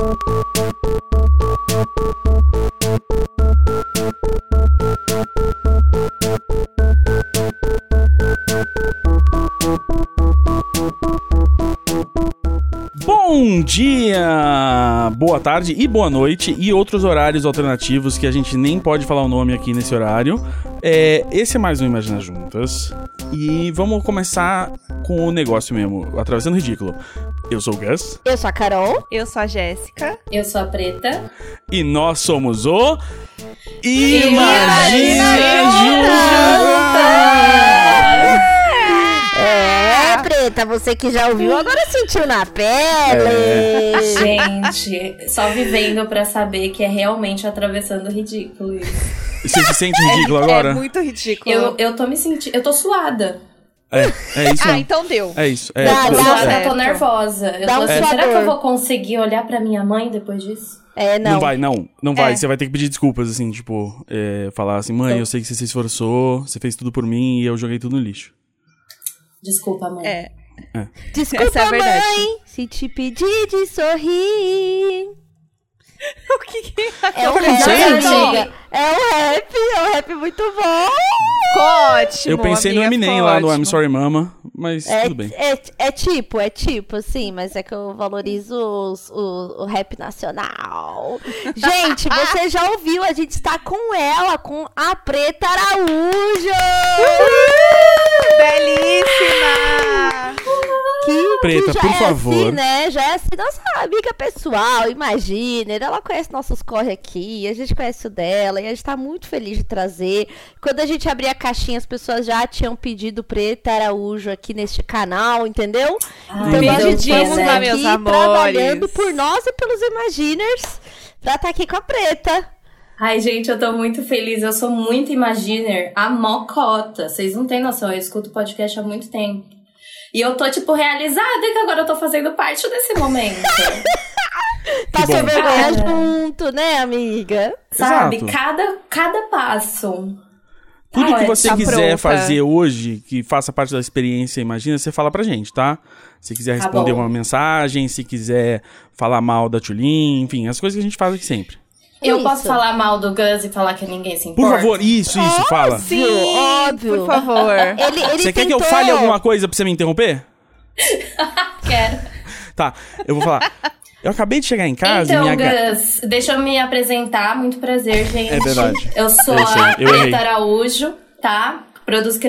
Bom dia, boa tarde e boa noite e outros horários alternativos que a gente nem pode falar o nome aqui nesse horário. Esse é mais um Imagina Juntas e vamos começar com o negócio mesmo, Atravessando o Ridículo. Eu sou o Gus. Eu sou a Carol. Eu sou a Jéssica. Eu sou a Preta. E nós somos o Imagina Juntas! Preta, você que já ouviu, agora sentiu na pele. Gente, só vivendo pra saber que é realmente atravessando o ridículo isso. Você se sente ridículo agora? É muito ridículo. Eu tô me sentindo... Eu tô suada. É isso. Então deu. É isso. Eu tô nervosa. Eu tô assim, será que eu vou conseguir olhar pra minha mãe depois disso? Não vai. Você vai ter que pedir desculpas, assim, tipo, falar assim, mãe, eu sei que você se esforçou, você fez tudo por mim e eu joguei tudo no lixo. Desculpa, mãe. Desculpa, essa é a verdade. mãe, se te pedir de sorrir. O que é? É um rap, é um rap muito bom. Ficou ótimo, eu pensei amiga, no Eminem lá no I'm Sorry Mama, mas tudo bem. É tipo, sim, mas é que eu valorizo o rap nacional. Gente, você já ouviu, a gente está com ela, com a Preta Araújo. Belíssima! Preta, que por é favor. Assim, né? Já é assim, nossa amiga pessoal, imagina. Ela conhece nossos corre aqui, a gente conhece o dela, e a gente tá muito feliz de trazer. Quando a gente abrir a caixinha, as pessoas já tinham pedido Preta Araújo aqui neste canal, entendeu? Então a gente vamos lá, aqui meus amores, trabalhando por nós e pelos Imaginers pra estar aqui com a Preta. Ai, gente, eu tô muito feliz. Eu sou muito Imaginer, a mocota. Vocês não têm noção, eu escuto podcast há muito tempo. E eu tô, tipo, realizada que agora eu tô fazendo parte desse momento. Passou vergonha junto, né, amiga? Sabe? Exato. Cada passo. Tudo que você quiser pronta. fazer hoje, que faça parte da experiência, imagina, você fala pra gente, tá? Se quiser responder uma mensagem, se quiser falar mal da Tulin, enfim, as coisas que a gente faz aqui sempre. Eu posso falar mal do Gus e falar que ninguém se importa? Por favor, isso, fala. Sim, óbvio. por favor. Ele Você quer que eu fale alguma coisa pra você me interromper? Quero. Tá, eu vou falar. Eu acabei de chegar em casa então, e minha Gus, deixa eu me apresentar. Muito prazer, gente. É verdade. Eu sou a Preta Araújo, tá? Produzo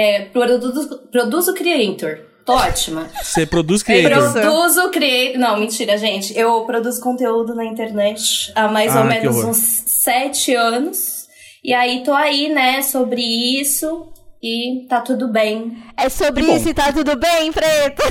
Creator. Tô ótima. Você produz creator. Produzo creator. Não, mentira, gente. Eu produzo conteúdo na internet há mais ou menos uns 7 anos. E aí, tô aí, né, sobre isso. E tá tudo bem. É sobre isso e tá tudo bem, Preta?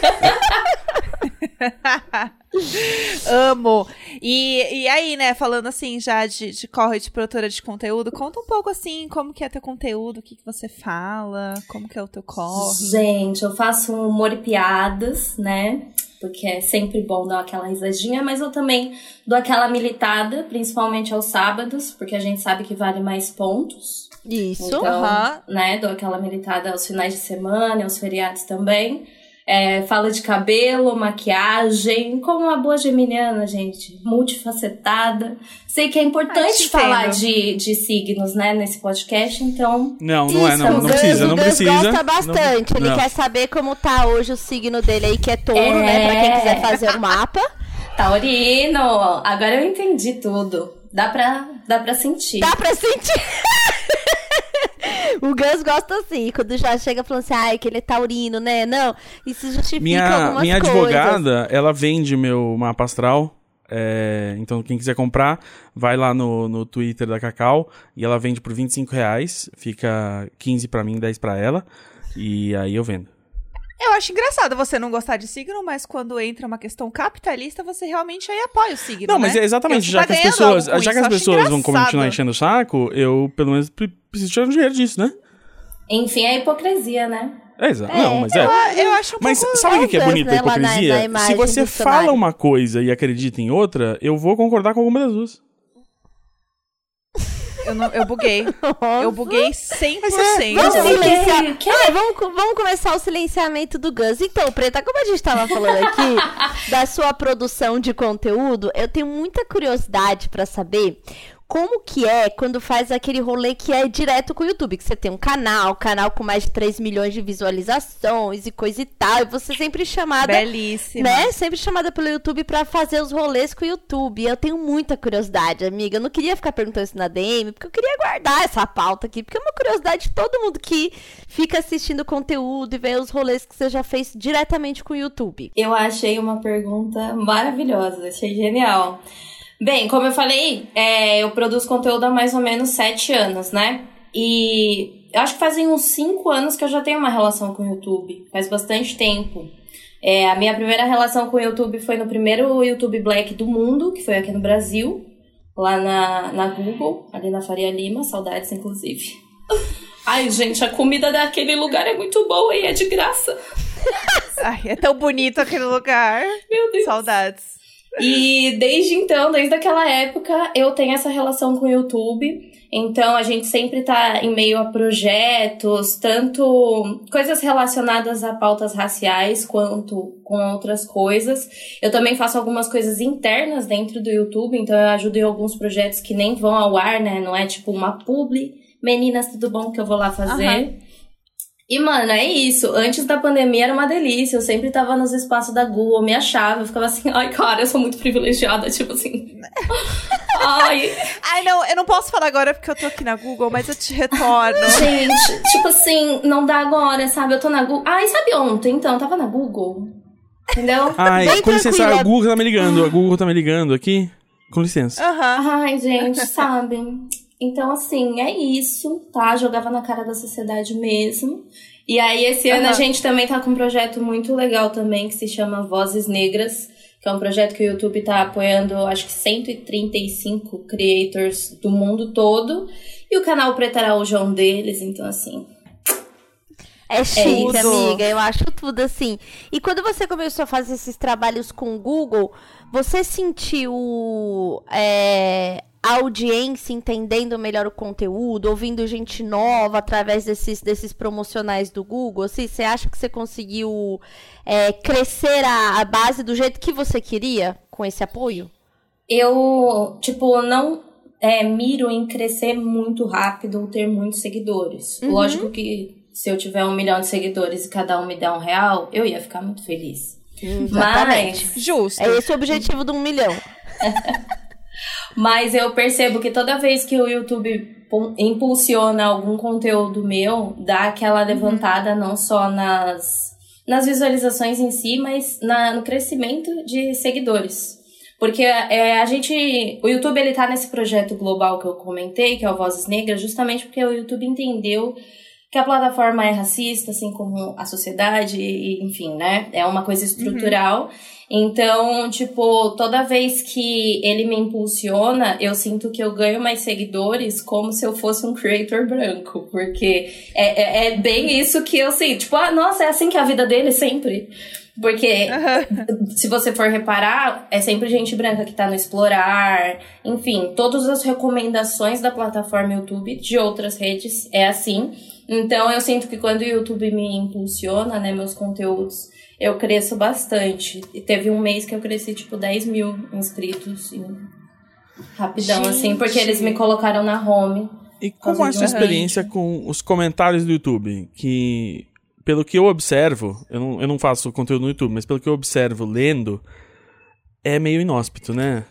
Amo. E aí, né, falando assim já de corre de produtora de conteúdo, conta um pouco assim, como que é teu conteúdo, o que você fala, como que é o teu corre. Gente, eu faço humor e piadas, né, porque é sempre bom dar aquela risadinha, mas eu também dou aquela militada, principalmente aos sábados, porque a gente sabe que vale mais pontos. Isso. Então, né, dou aquela militada aos finais de semana, aos feriados também. Fala de cabelo, maquiagem, como uma boa geminiana, gente, multifacetada. Sei que é importante falar de signos, né, nesse podcast, então... Não precisa. O Gus gosta bastante, ele quer saber como tá hoje o signo dele aí, que é touro, né, pra quem quiser fazer o mapa. Taurino, agora eu entendi tudo. Dá pra sentir. Dá pra sentir. O Gus gosta assim, quando já chega falando assim, ai, que ele é taurino, né? Não, isso justifica algumas minha coisas. advogada, ela vende meu mapa astral. Então, quem quiser comprar, vai lá no Twitter da Cacau e ela vende por R$25. Fica 15 pra mim, 10 pra ela. E aí eu vendo. Eu acho engraçado você não gostar de signo, mas quando entra uma questão capitalista, você realmente aí apoia o signo, Não, mas né? é exatamente, já que as pessoas vão continuar enchendo o saco, eu pelo menos preciso tirar um dinheiro disso, né? Enfim, é hipocrisia, né? Exato. Não, mas eu acho um Mas pouco... sabe o que é bonito da hipocrisia? na Se você fala uma coisa e acredita em outra, eu vou concordar com alguma das duas. Eu buguei. Nossa. Eu buguei 100%. Vamos silenciar. Vamos começar o silenciamento do Gus. Então, Preta, como a gente tava falando aqui da sua produção de conteúdo, eu tenho muita curiosidade pra saber como que é quando faz aquele rolê que é direto com o YouTube, que você tem um canal com mais de 3 milhões de visualizações e coisa e tal, e você sempre chamada... Belíssima. Né? Sempre chamada pelo YouTube pra fazer os rolês com o YouTube. Eu tenho muita curiosidade, amiga. Eu não queria ficar perguntando isso na DM, porque eu queria guardar essa pauta aqui, porque é uma curiosidade de todo mundo que fica assistindo conteúdo e vê os rolês que você já fez diretamente com o YouTube. Eu achei uma pergunta maravilhosa, achei genial. Bem, como eu falei, eu produzo conteúdo há mais ou menos 7 anos, né? E eu acho que fazem uns 5 anos que eu já tenho uma relação com o YouTube. Faz bastante tempo. A minha primeira relação com o YouTube foi no primeiro YouTube Black do mundo, que foi aqui no Brasil, lá na Google, ali na Faria Lima, saudades, inclusive. Ai, gente, a comida daquele lugar é muito boa e é de graça. Ai, é tão bonito aquele lugar. Meu Deus. Saudades. E desde então, desde aquela época, eu tenho essa relação com o YouTube. Então, a gente sempre tá em meio a projetos, tanto coisas relacionadas a pautas raciais, quanto com outras coisas. Eu também faço algumas coisas internas dentro do YouTube, então eu ajudo em alguns projetos que nem vão ao ar, né? Não é tipo uma publi, meninas, tudo bom, que eu vou lá fazer. Uhum. E, mano, é isso. Antes da pandemia era uma delícia. Eu sempre tava nos espaços da Google, me achava. Eu ficava assim, ai, cara, eu sou muito privilegiada. Tipo assim. Ai, não, eu não posso falar agora porque eu tô aqui na Google, mas eu te retorno. gente, tipo assim, não dá agora, sabe? Eu tô na Google. Ai, sabe ontem, então? Eu tava na Google. Entendeu? Ai, Bem com licença, tranquila. a Google tá me ligando. A Google tá me ligando aqui. Com licença. Ai, gente, sabe? Então, assim, é isso, tá? Jogava na cara da sociedade mesmo. E aí, esse ano a gente também tá com um projeto muito legal também, que se chama Vozes Negras, que é um projeto que o YouTube tá apoiando, acho que 135 creators do mundo todo. E o canal Preta Araújo é um deles, então, assim... É chique, tudo. amiga, eu acho tudo assim. E quando você começou a fazer esses trabalhos com o Google, você sentiu a audiência entendendo melhor o conteúdo, ouvindo gente nova através desses promocionais do Google? Assim, você acha que você conseguiu crescer a base do jeito que você queria com esse apoio? Eu, não miro em crescer muito rápido ou ter muitos seguidores. Uhum. Lógico que se eu tiver 1 milhão de seguidores e cada um me der R$1, eu ia ficar muito feliz. Exatamente. Mas, Justo. É esse o objetivo de 1 milhão. mas eu percebo que toda vez que o YouTube impulsiona algum conteúdo meu, dá aquela levantada não só nas visualizações em si, mas no crescimento de seguidores. Porque o YouTube ele tá nesse projeto global que eu comentei, que é o Vozes Negras, justamente porque o YouTube entendeu que a plataforma é racista, assim como a sociedade, e, enfim, né? É uma coisa estrutural. Então, toda vez que ele me impulsiona, eu sinto que eu ganho mais seguidores como se eu fosse um creator branco. Porque é bem isso que eu sinto. Nossa, é assim que é a vida dele sempre. Porque, se você for reparar, é sempre gente branca que tá no Explorar. Enfim, todas as recomendações da plataforma YouTube de outras redes é assim. Então, eu sinto que quando o YouTube me impulsiona, né, meus conteúdos, eu cresço bastante. E teve um mês que eu cresci, 10 mil inscritos. Rapidão, assim, porque eles me colocaram na home. E como é a sua experiência com os comentários do YouTube? Que, pelo que eu observo, eu não faço conteúdo no YouTube, mas pelo que eu observo lendo, é meio inóspito, né?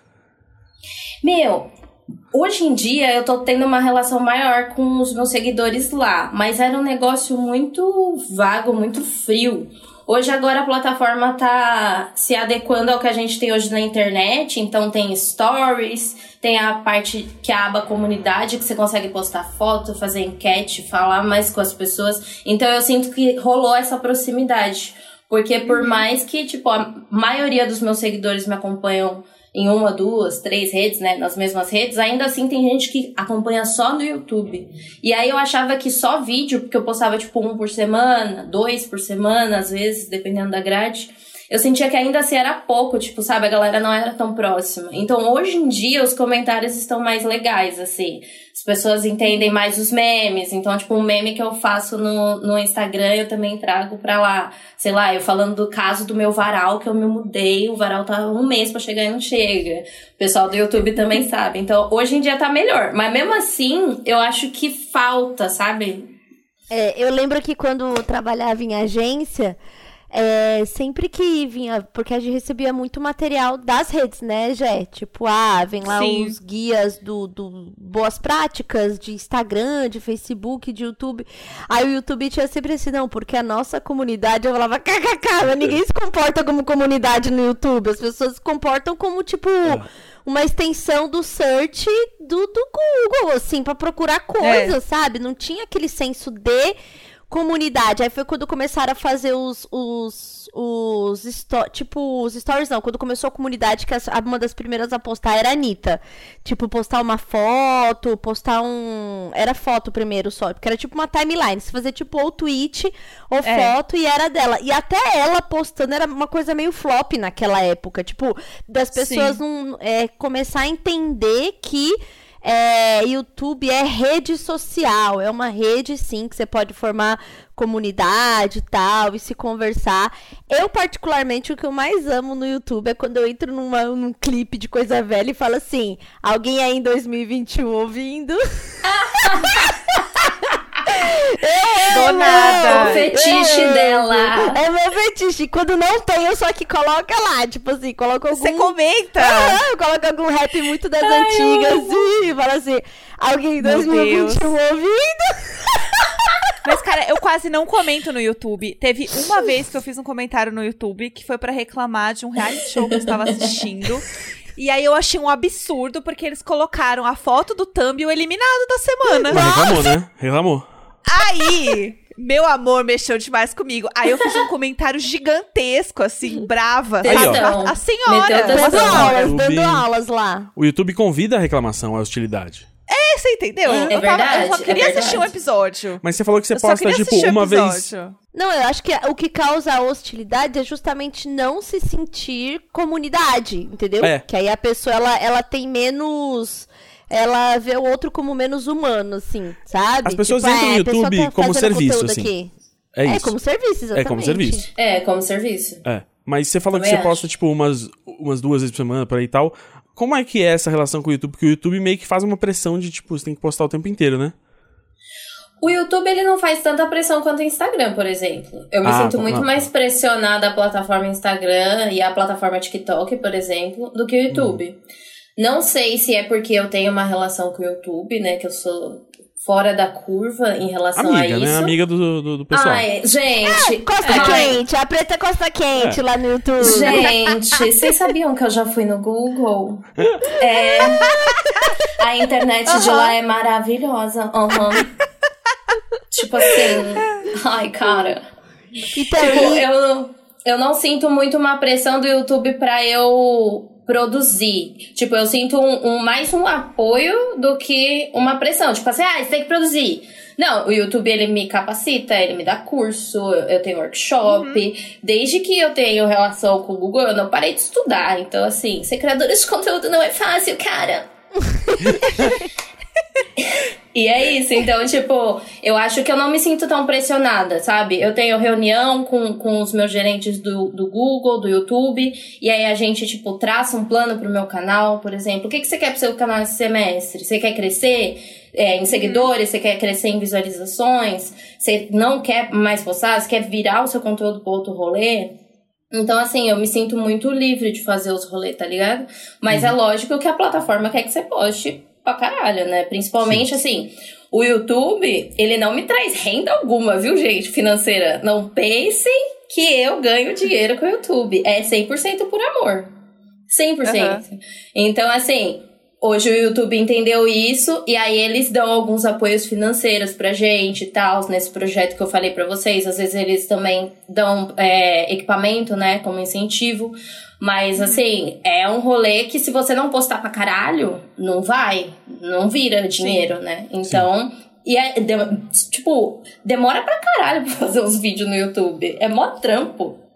Hoje em dia eu tô tendo uma relação maior com os meus seguidores lá, mas era um negócio muito vago, muito frio. Hoje agora a plataforma tá se adequando ao que a gente tem hoje na internet, então tem stories, tem a parte que é a aba comunidade, que você consegue postar foto, fazer enquete, falar mais com as pessoas. Então eu sinto que rolou essa proximidade, porque por mais que a maioria dos meus seguidores me acompanham em 1, 2, 3 redes, né, nas mesmas redes, ainda assim tem gente que acompanha só no YouTube. E aí eu achava que só vídeo, porque eu postava 1 por semana, 2 por semana, às vezes, dependendo da grade, eu sentia que ainda assim era pouco, tipo, sabe? A galera não era tão próxima. Então, hoje em dia, os comentários estão mais legais, assim. As pessoas entendem mais os memes. Então, tipo, um meme que eu faço no Instagram, eu também trago pra lá. Sei lá, eu falando do caso do meu varal, que eu me mudei. O varal tá 1 mês pra chegar e não chega. O pessoal do YouTube também sabe. Então, hoje em dia tá melhor. Mas mesmo assim, eu acho que falta, sabe? Eu lembro que quando eu trabalhava em agência, sempre que vinha, porque a gente recebia muito material das redes, né, Jé? Tipo, vem lá Sim. os guias do boas práticas de Instagram, de Facebook, de YouTube. Aí o YouTube tinha sempre assim, não, porque a nossa comunidade, eu falava, kkk, ninguém se comporta como comunidade no YouTube. As pessoas se comportam como, tipo, uma extensão do search do Google, assim, pra procurar coisas, sabe? Não tinha aquele senso de comunidade. Aí foi quando começaram a fazer os stories, não. Quando começou a comunidade, que uma das primeiras a postar era a Anitta. Tipo, postar uma foto, postar era foto primeiro só, porque era tipo uma timeline. Você fazia tipo ou tweet ou foto e era dela. E até ela postando era uma coisa meio flop naquela época. Tipo, das pessoas começar a entender que YouTube é rede social, é uma rede sim que você pode formar comunidade e tal, e se conversar. Eu particularmente o que eu mais amo no YouTube é quando eu entro num clipe de coisa velha e falo assim, alguém aí em 2021 ouvindo? Do nada. O fetiche dela. É meu fetiche. Quando não tem, eu só que coloca lá. Tipo assim, coloco algum... Você comenta. Eu coloco algum rap muito das antigas e falo assim, alguém em 2021 ouvindo? Mas, cara, eu quase não comento no YouTube. Teve uma vez que eu fiz um comentário no YouTube que foi pra reclamar de um reality show que eu estava assistindo. E aí eu achei um absurdo, porque eles colocaram a foto do Thumb e o eliminado da semana. Mas reclamou, né? Reclamou. Aí, meu amor mexeu demais comigo. Aí eu fiz um comentário gigantesco, assim, brava. Aí, ó. A senhora. Meteu testão. Dando aulas lá. O YouTube convida a reclamação, a hostilidade. Você entendeu? É Eu só verdade, queria é assistir um verdade. episódio. Mas você falou que você Eu só posta, queria tipo, assistir o uma vez... episódio. Não, eu acho que o que causa a hostilidade é justamente não se sentir comunidade, entendeu? Que aí a pessoa, ela tem menos... Ela vê o outro como menos humano, assim, sabe? As pessoas tipo, entram no a pessoa YouTube tá como fazendo serviço, conteúdo assim. aqui. É isso. como serviço, exatamente. É como serviço. Como serviço. Mas você falou que Também você posta, tipo, umas 2 vezes por semana, por aí e tal. Como é que é essa relação com o YouTube? Porque o YouTube meio que faz uma pressão de, tipo, você tem que postar o tempo inteiro, né? O YouTube, ele não faz tanta pressão quanto o Instagram, por exemplo. Eu me sinto muito mais pressionada a plataforma Instagram e a plataforma TikTok, por exemplo, do que o YouTube. Não sei se é porque eu tenho uma relação com o YouTube, né? Que eu sou fora da curva em relação a isso. Amiga, né? Amiga do pessoal. Ai, gente... Costa quente, a preta Costa quente lá no YouTube. Gente, vocês sabiam que eu já fui no Google? A internet de lá é maravilhosa. Tipo assim... Ai, cara... Então, Tipo, eu não sinto muito uma pressão do YouTube pra eu produzir. Tipo, eu sinto mais um apoio do que uma pressão. Tipo assim, você tem que produzir. Não, o YouTube, ele me capacita, ele me dá curso, eu tenho workshop. Desde que eu tenho relação com o Google, eu não parei de estudar. Então, assim, ser criadora de conteúdo não é fácil, cara. E é isso, então, tipo, eu acho que eu não me sinto tão pressionada, sabe? Eu tenho reunião com os meus gerentes do Google, do YouTube, e aí a gente, tipo, traça um plano pro meu canal, por exemplo. O que você quer pro seu canal esse semestre? Você quer crescer em seguidores? Você quer crescer em visualizações? Você não quer mais postar? Você quer virar o seu conteúdo pro outro rolê? Então, assim, eu me sinto muito livre de fazer os rolês, tá ligado? Mas é lógico que a plataforma quer que você poste pra caralho, né? Principalmente, assim, o YouTube, ele não me traz renda alguma, viu, gente, financeira. Não pensem que eu ganho dinheiro com o YouTube. É 100% por amor. 100%. Então, assim, hoje o YouTube entendeu isso e aí eles dão alguns apoios financeiros pra gente e tal, nesse projeto que eu falei pra vocês. Às vezes eles também dão equipamento, né, como incentivo. Mas, assim, é um rolê que se você não postar pra caralho, não vira dinheiro, né? Então, tipo, demora pra caralho pra fazer uns vídeos no YouTube. É mó trampo.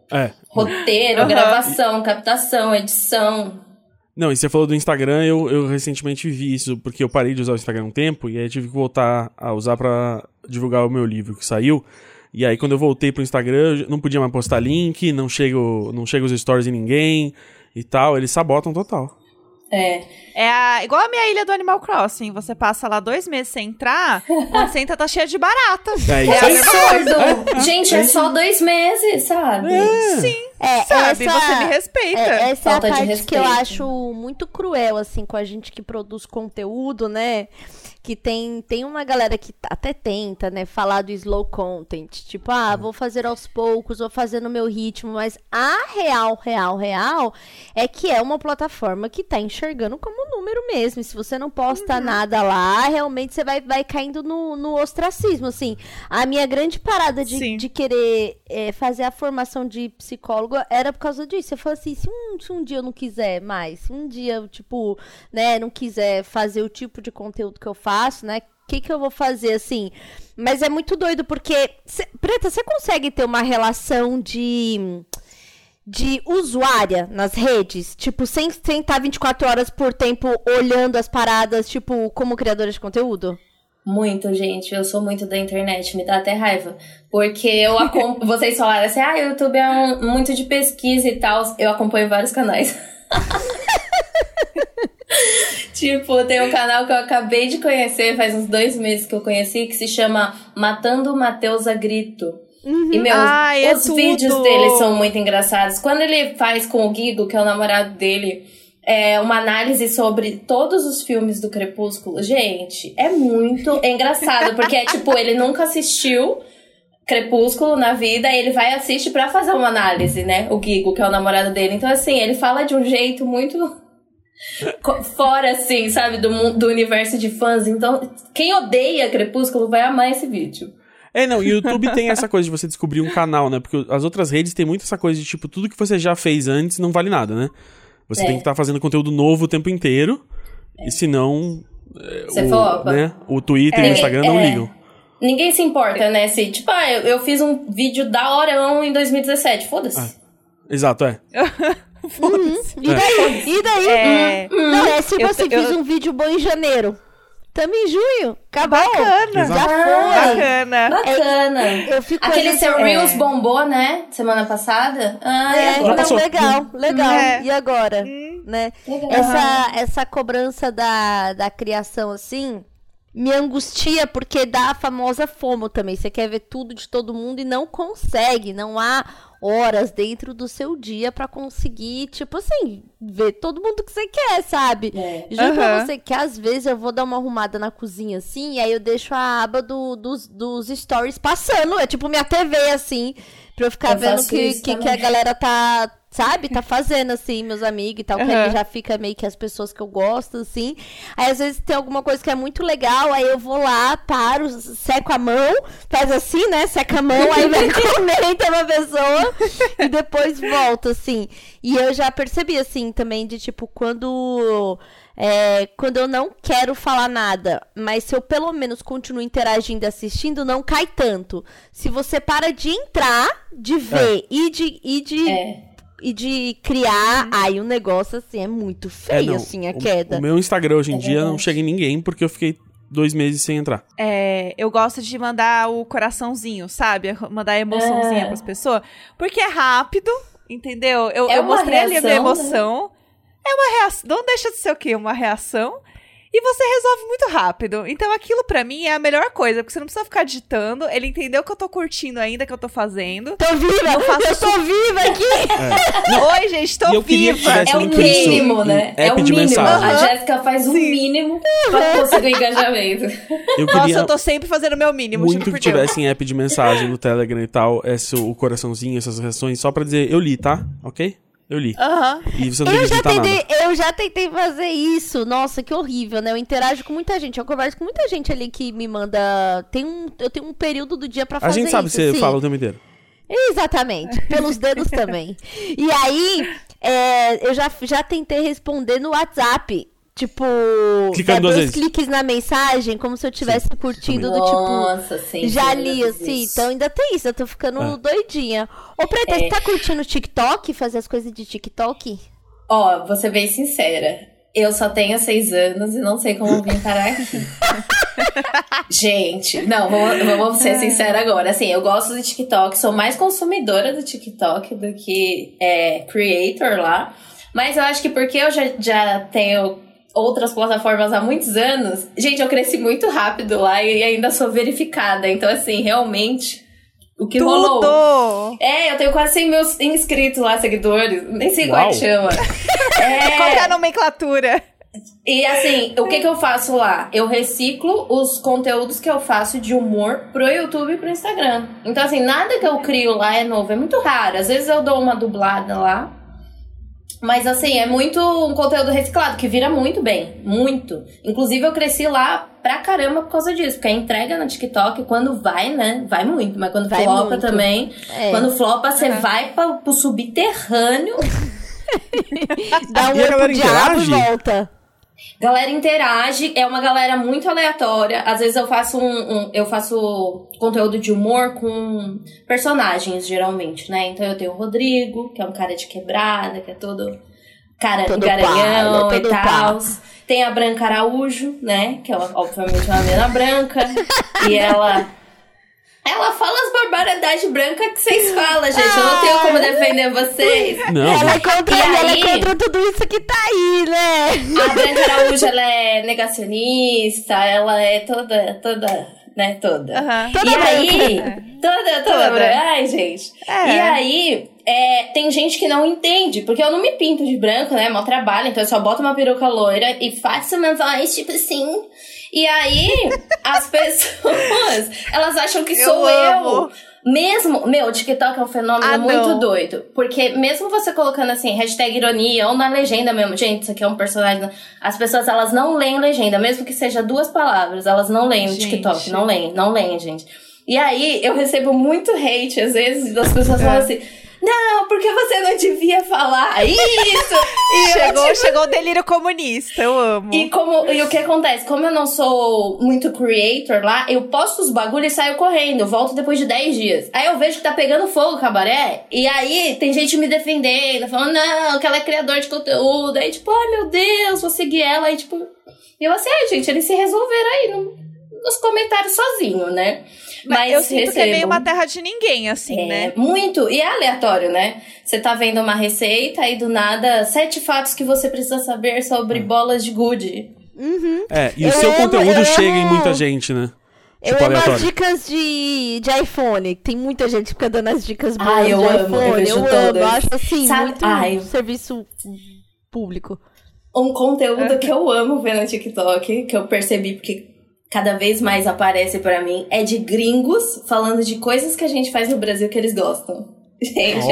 Roteiro, gravação, captação, edição. Não, e você falou do Instagram, eu recentemente vi isso, porque eu parei de usar o Instagram um tempo, e aí tive que voltar a usar pra divulgar o meu livro que saiu. E aí quando eu voltei pro Instagram, eu não podia mais postar link, não chega os stories em ninguém e tal, eles sabotam total. Igual a minha ilha do Animal Crossing. Você passa lá 2 meses sem entrar, quando você entra tá cheia de barata. É absurdo. Gente, é só 2 meses, sabe? Sim. Sabe, você me respeita. Essa Falta é a de parte respeito. que eu acho muito cruel, assim, com a gente que produz conteúdo, né? Que tem uma galera que até tenta, né, falar do slow content. Tipo, vou fazer aos poucos, vou fazer no meu ritmo. Mas a real é que é uma plataforma que tá enxergando como número mesmo. E se você não posta nada lá, realmente você vai caindo no ostracismo, assim. A minha grande parada de querer fazer a formação de psicólogo era por causa disso. Eu falei assim, se um dia eu não quiser mais, se um dia eu, tipo, né, não quiser fazer o tipo de conteúdo que eu faço, né, o que eu vou fazer, assim? Mas é muito doido, porque... Preta, você consegue ter uma relação de usuária nas redes? Tipo, sem estar 24 horas por tempo olhando as paradas, tipo, como criadora de conteúdo? Muito, gente. Eu sou muito da internet, me dá até raiva. Porque vocês falaram assim, o YouTube é muito de pesquisa e tal. Eu acompanho vários canais. Tipo, tem um canal que eu acabei de conhecer, faz uns 2 meses que eu conheci, que se chama Matando o Matheus a Grito. E, os vídeos dele são muito engraçados. Quando ele faz com o Guigo, que é o namorado dele, uma análise sobre todos os filmes do Crepúsculo, gente, é muito engraçado, porque tipo, ele nunca assistiu Crepúsculo na vida, e ele vai e assiste pra fazer uma análise, né? O Guigo, que é o namorado dele. Então, assim, ele fala de um jeito muito fora, assim, sabe? Do universo de fãs. Então, quem odeia Crepúsculo vai amar esse vídeo. Não, o YouTube tem essa coisa de você descobrir um canal, né? Porque as outras redes tem muito essa coisa de, tipo, tudo que você já fez antes não vale nada, né? Você tem que estar fazendo conteúdo novo o tempo inteiro, e senão o Twitter e o Instagram não ligam. Ninguém se importa, né? Se, tipo, eu fiz um vídeo da horão em 2017, foda-se. Exato, Foda-se. E daí? Não, tipo assim, fiz um vídeo bom em janeiro. Também em junho. Acabou. Bacana. Já foi. Bacana. Eu fico Aquele seu Reels bombou, né? Semana passada. Legal. E agora? Né? Essa cobrança da criação, assim, me angustia, porque dá a famosa FOMO também. Você quer ver tudo de todo mundo e não consegue. Não há horas dentro do seu dia pra conseguir, tipo assim, ver todo mundo que você quer, sabe? Juro pra você que às vezes eu vou dar uma arrumada na cozinha, assim, e aí eu deixo a aba dos stories passando. É tipo minha TV, assim, pra eu ficar vendo o que a galera tá... Sabe? Tá fazendo, assim, meus amigos e tal, que aí já fica meio que as pessoas que eu gosto, assim. Aí, às vezes, tem alguma coisa que é muito legal, aí eu vou lá, paro, seco a mão, faz assim, né? Seca a mão, aí vem comenta uma pessoa e depois volto, assim. E eu já percebi, assim, também, de, tipo, quando eu não quero falar nada, mas se eu pelo menos continuo interagindo e assistindo, não cai tanto. Se você para de entrar, de ver e de criar, aí o negócio, assim, é muito feio, assim, a queda. O meu Instagram hoje em dia não chega em ninguém, porque eu fiquei 2 meses sem entrar. Eu gosto de mandar o coraçãozinho, sabe? Mandar a emoçãozinha pras pessoas, porque é rápido, entendeu? Eu mostrei ali a minha emoção. Né? É uma reação, não deixa de ser o quê? Uma reação. E você resolve muito rápido. Então aquilo pra mim é a melhor coisa, porque você não precisa ficar digitando. Ele entendeu que eu tô curtindo ainda, que eu tô fazendo. Tô viva! Eu tô viva aqui! Oi, gente, tô viva! É o mínimo, né? É o mínimo. Mensagem. A Jéssica faz o mínimo pra conseguir engajamento. Nossa, eu tô sempre fazendo o meu mínimo. Muito que tivesse em app de mensagem no Telegram e tal, o coraçãozinho, essas reações, só pra dizer, eu li, tá? Ok? Eu li. E você não tem que digitar nada. Eu já tentei fazer isso. Nossa, que horrível, né? Eu interajo com muita gente. Eu converso com muita gente ali que me manda... Eu tenho um período do dia pra fazer isso. A gente sabe que você fala o tempo inteiro. Exatamente. Pelos dedos também. E aí, eu já tentei responder no WhatsApp. Tipo, Clicando dá 2 vezes. cliques na mensagem, como se eu tivesse curtindo do Nossa, tipo. sim. Já sim, li, eu fiz assim. isso. Então ainda tem isso, eu tô ficando doidinha. Ô, Preta, você tá curtindo TikTok? Fazer as coisas de TikTok? Ó, vou ser bem sincera. Eu só tenho 6 anos e não sei como vim parar aqui. Gente, não, vamos ser sincera agora. Assim, eu gosto do TikTok, sou mais consumidora do TikTok do que creator lá. Mas eu acho que porque eu já tenho outras plataformas há muitos anos, gente, eu cresci muito rápido lá e ainda sou verificada. Então, assim, realmente, o que rolou... eu tenho quase 100 mil inscritos lá, seguidores. Nem sei qual é que chama. Qual que é a nomenclatura? E assim, o que eu faço lá? Eu reciclo os conteúdos que eu faço de humor pro YouTube e pro Instagram. Então, assim, nada que eu crio lá é novo. É muito raro. Às vezes eu dou uma dublada lá. Mas, assim, é muito um conteúdo reciclado, que vira muito bem. Muito. Inclusive, eu cresci lá pra caramba por causa disso. Porque a entrega no TikTok, quando vai, né? Vai muito. Mas quando flopa muito. Também. Quando flopa, você vai pro subterrâneo. Dá um olho pro diabo e volta. Galera interage, é uma galera muito aleatória. Às vezes eu faço eu faço conteúdo de humor com personagens, geralmente, né? Então eu tenho o Rodrigo, que é um cara de quebrada, que é todo garanhão e tal. Tem a Branca Araújo, né? Que é obviamente uma menina branca. E ela fala as barbaridades brancas que vocês falam, gente. Eu não tenho como defender vocês. Não. Ela é contra tudo isso que tá aí, né? A Branca Araújo, ela é negacionista, ela é toda, né, toda. Toda e branca. aí, toda branca. Ai, gente. E aí, tem gente que não entende, porque eu não me pinto de branco, né, mó trabalho, então eu só boto uma peruca loira e faço uma voz, tipo assim... E aí, as pessoas, elas acham que sou eu. Mesmo, o TikTok é um fenômeno muito doido. Porque mesmo você colocando assim, hashtag ironia, ou na legenda mesmo, gente, isso aqui é um personagem. As pessoas, elas não leem legenda, mesmo que seja 2 palavras, elas não leem no TikTok, não leem, gente. E aí, eu recebo muito hate, às vezes, das pessoas falando assim... Não, porque você não devia falar isso. E chegou o delírio comunista, eu amo. E o que acontece? Como eu não sou muito creator lá, eu posto os bagulhos e saio correndo. Volto depois de 10 dias. Aí eu vejo que tá pegando fogo o cabaré. E aí tem gente me defendendo, falando, não, que ela é criador de conteúdo. Aí tipo, ai meu Deus, vou seguir ela. Aí tipo, eu assim, gente, eles se resolveram aí nos comentários sozinho, né? Mas eu sinto que é meio uma terra de ninguém, assim, né? Muito. E é aleatório, né? Você tá vendo uma receita e do nada, 7 fatos que você precisa saber sobre bolas de gude. E o seu conteúdo chega em muita gente, né? Eu amo as dicas de iPhone. Tem muita gente que fica dando as dicas boas de iPhone. Eu amo. Eu acho assim, muito serviço público. Um conteúdo que eu amo ver no TikTok, que eu percebi porque... cada vez mais aparece pra mim, é de gringos falando de coisas que a gente faz no Brasil que eles gostam. Gente,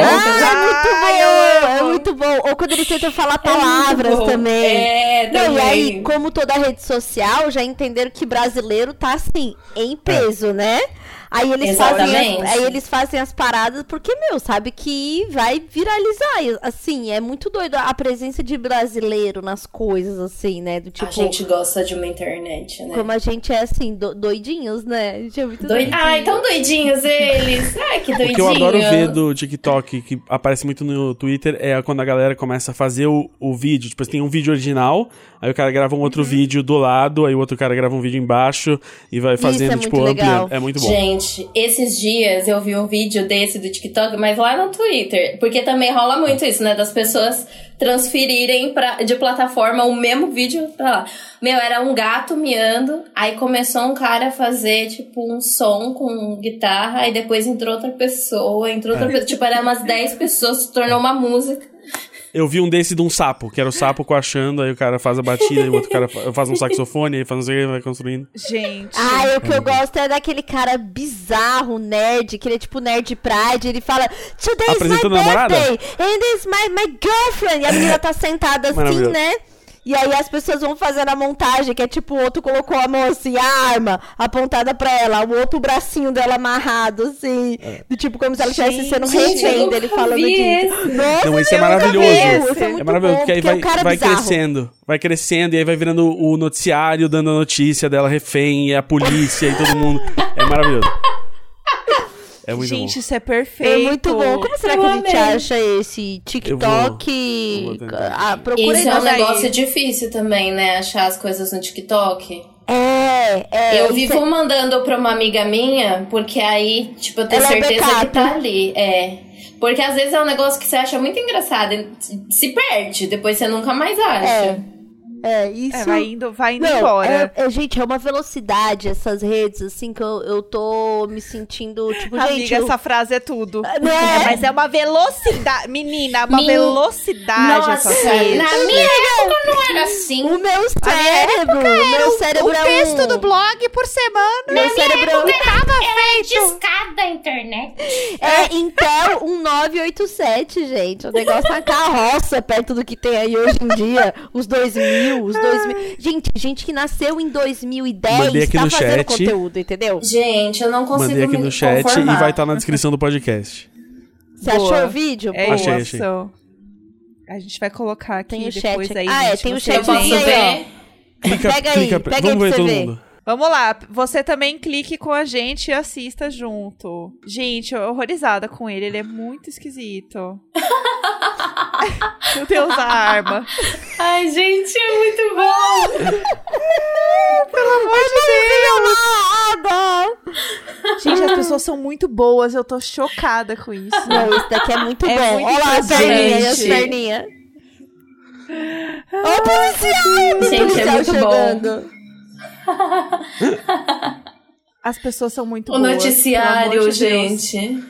é muito bom. Ou quando eles tentam falar palavras também. Também. E aí, como toda rede social, já entenderam que brasileiro tá assim, em peso, né? Aí eles fazem as paradas porque, sabe que vai viralizar. Assim, é muito doido a presença de brasileiro nas coisas, assim, né? Do tipo... A gente gosta de uma internet, né? Como a gente é, assim, doidinhos, né? A gente é muito doidinho. Ai, tão doidinhos eles! Ai, que doidinhos! O que eu adoro ver do TikTok, que aparece muito no Twitter, é quando a galera começa a fazer o vídeo. Tipo, tem um vídeo original, aí o cara grava um outro vídeo do lado, aí o outro cara grava um vídeo embaixo e vai fazendo, ampliando. É muito bom. Gente, esses dias eu vi um vídeo desse do TikTok, mas lá no Twitter, porque também rola muito isso, né, das pessoas transferirem de plataforma o mesmo vídeo pra lá. Era um gato miando, aí começou um cara a fazer, tipo, um som com guitarra, aí depois entrou outra pessoa, tipo, eram umas 10 pessoas, se tornou uma música. Eu vi um desse de um sapo, que era o sapo coachando, aí o cara faz a batida, e o outro cara faz um saxofone, aí faz não sei o que, vai construindo. Gente. O que eu gosto é daquele cara bizarro, nerd, que ele é tipo nerd pride, ele fala, today's my birthday, and it's my girlfriend, e a menina tá sentada assim, né? E aí as pessoas vão fazendo a montagem, que é tipo, o outro colocou a mão assim, a arma apontada pra ela, o outro bracinho dela amarrado, assim. Do tipo, como se ela estivesse sendo refém dele falando disso. Nossa, Não, esse é eu nunca vi maravilhoso. isso, muito É maravilhoso, bom, porque aí o cara é vai bizarro. crescendo. Vai crescendo, e aí vai virando o noticiário, dando a notícia dela refém, e a polícia, e todo mundo. É maravilhoso. É muito Gente, bom. isso é perfeito. É muito bom. Como será que a gente amei. acha esse TikTok? eu vou tentar. Procura Isso é um aí. negócio difícil também, né? Achar as coisas no TikTok. isso Eu vivo mandando pra uma amiga minha, porque aí, tipo, eu tenho Ela é certeza backup. que tá ali. Porque às vezes é um negócio que você acha muito engraçado, e se perde, depois você nunca mais acha. Isso. Vai indo Não, embora. gente, é uma velocidade essas redes, assim, que eu tô me sentindo, tipo, Amiga, gente... essa frase é tudo. Né? Mas é uma velocidade. Menina, uma velocidade Nossa, essas redes. na minha época não era assim. O meu cérebro, O texto do blog por semana. Meu cérebro tava feito. Discada a internet. Intel 1987, gente. O negócio é uma carroça perto do que tem aí hoje em dia. Os 2000. Gente que nasceu em 2010 Mandei aqui tá no fazendo chat. conteúdo, entendeu? Gente, eu não consigo Mandei aqui me no chat conformar. e vai estar na descrição do podcast. Você Boa. achou o vídeo? É Boa. Achei. isso. A gente vai colocar aqui Tem o depois chat. aí. Tem o você chat Eu posso aí, ver? Pega aí, clica, pega aí vamos pra ver você todo ver. mundo. Vamos lá, você também clique com a gente e assista junto. Gente, eu horrorizada com ele, ele é muito esquisito. Meu Deus, a arma. Ai, gente, é muito bom. Pelo amor de Deus. Gente, as pessoas são muito boas, eu tô chocada com isso. Não, esse daqui é muito É bom. muito Olha lá as impressionante. perninhas, as perninhas. Ó o policial! O Gente, é policial muito chegando. As pessoas são muito O boas. noticiário, pelo amor de Deus. gente.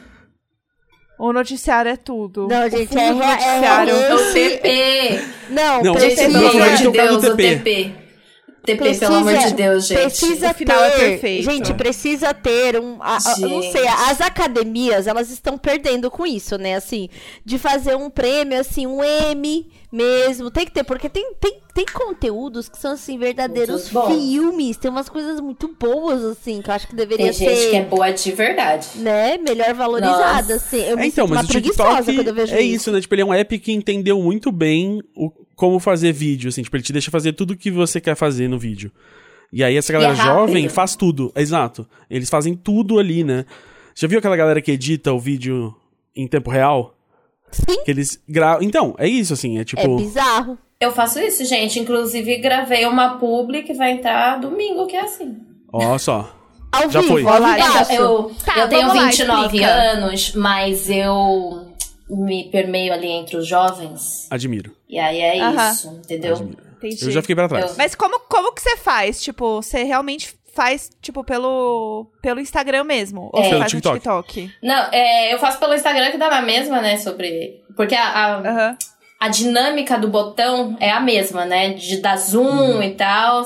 O noticiário é tudo. Não, O gente, fundo é do real. noticiário. É o TP. Não, Não, Gente, precisa, não, pelo amor gente, de eu quero Deus, o o TP. TP. TP, pelo amor de Deus, gente. Precisa O final ter, é perfeito. Gente, precisa ter eu não sei, as academias, elas estão perdendo com isso, né, assim, de fazer um prêmio, assim, um M mesmo, tem que ter, porque tem conteúdos que são, assim, verdadeiros Muito bons. filmes, tem umas coisas muito boas, assim, que eu acho que deveria Tem gente ser, que é boa de verdade. né, melhor valorizada, Nossa. assim, eu me Então, sinto mas uma o preguiçosa TikTok quando eu vejo é isso, né? Tipo, ele é um app que entendeu muito bem como fazer vídeo, assim. Tipo, ele te deixa fazer tudo o que você quer fazer no vídeo. E aí essa galera E é rápido. jovem faz tudo. Exato. Eles fazem tudo ali, né? Já viu aquela galera que edita o vídeo em tempo real? Sim. Que eles gravam... Então, é isso, assim. É tipo... É bizarro. Eu faço isso, gente. Inclusive, gravei uma publi que vai entrar domingo, que é assim. Ó só. Ao Já vivo, foi. ao Olá, vivaço. Eu tenho vamos lá, 29 explica. anos, mas eu me permeio ali entre os jovens. Admiro. E aí é Aham. isso, entendeu? Admiro. Entendi. Eu já fiquei pra trás. Eu- Mas como que você faz? Tipo, você realmente faz, tipo, pelo Instagram mesmo? Ou É. você Pelo faz TikTok. no TikTok? Não, eu faço pelo Instagram que dá na mesma, né? Porque Aham. a dinâmica do botão é a mesma, né? De dar zoom e tal.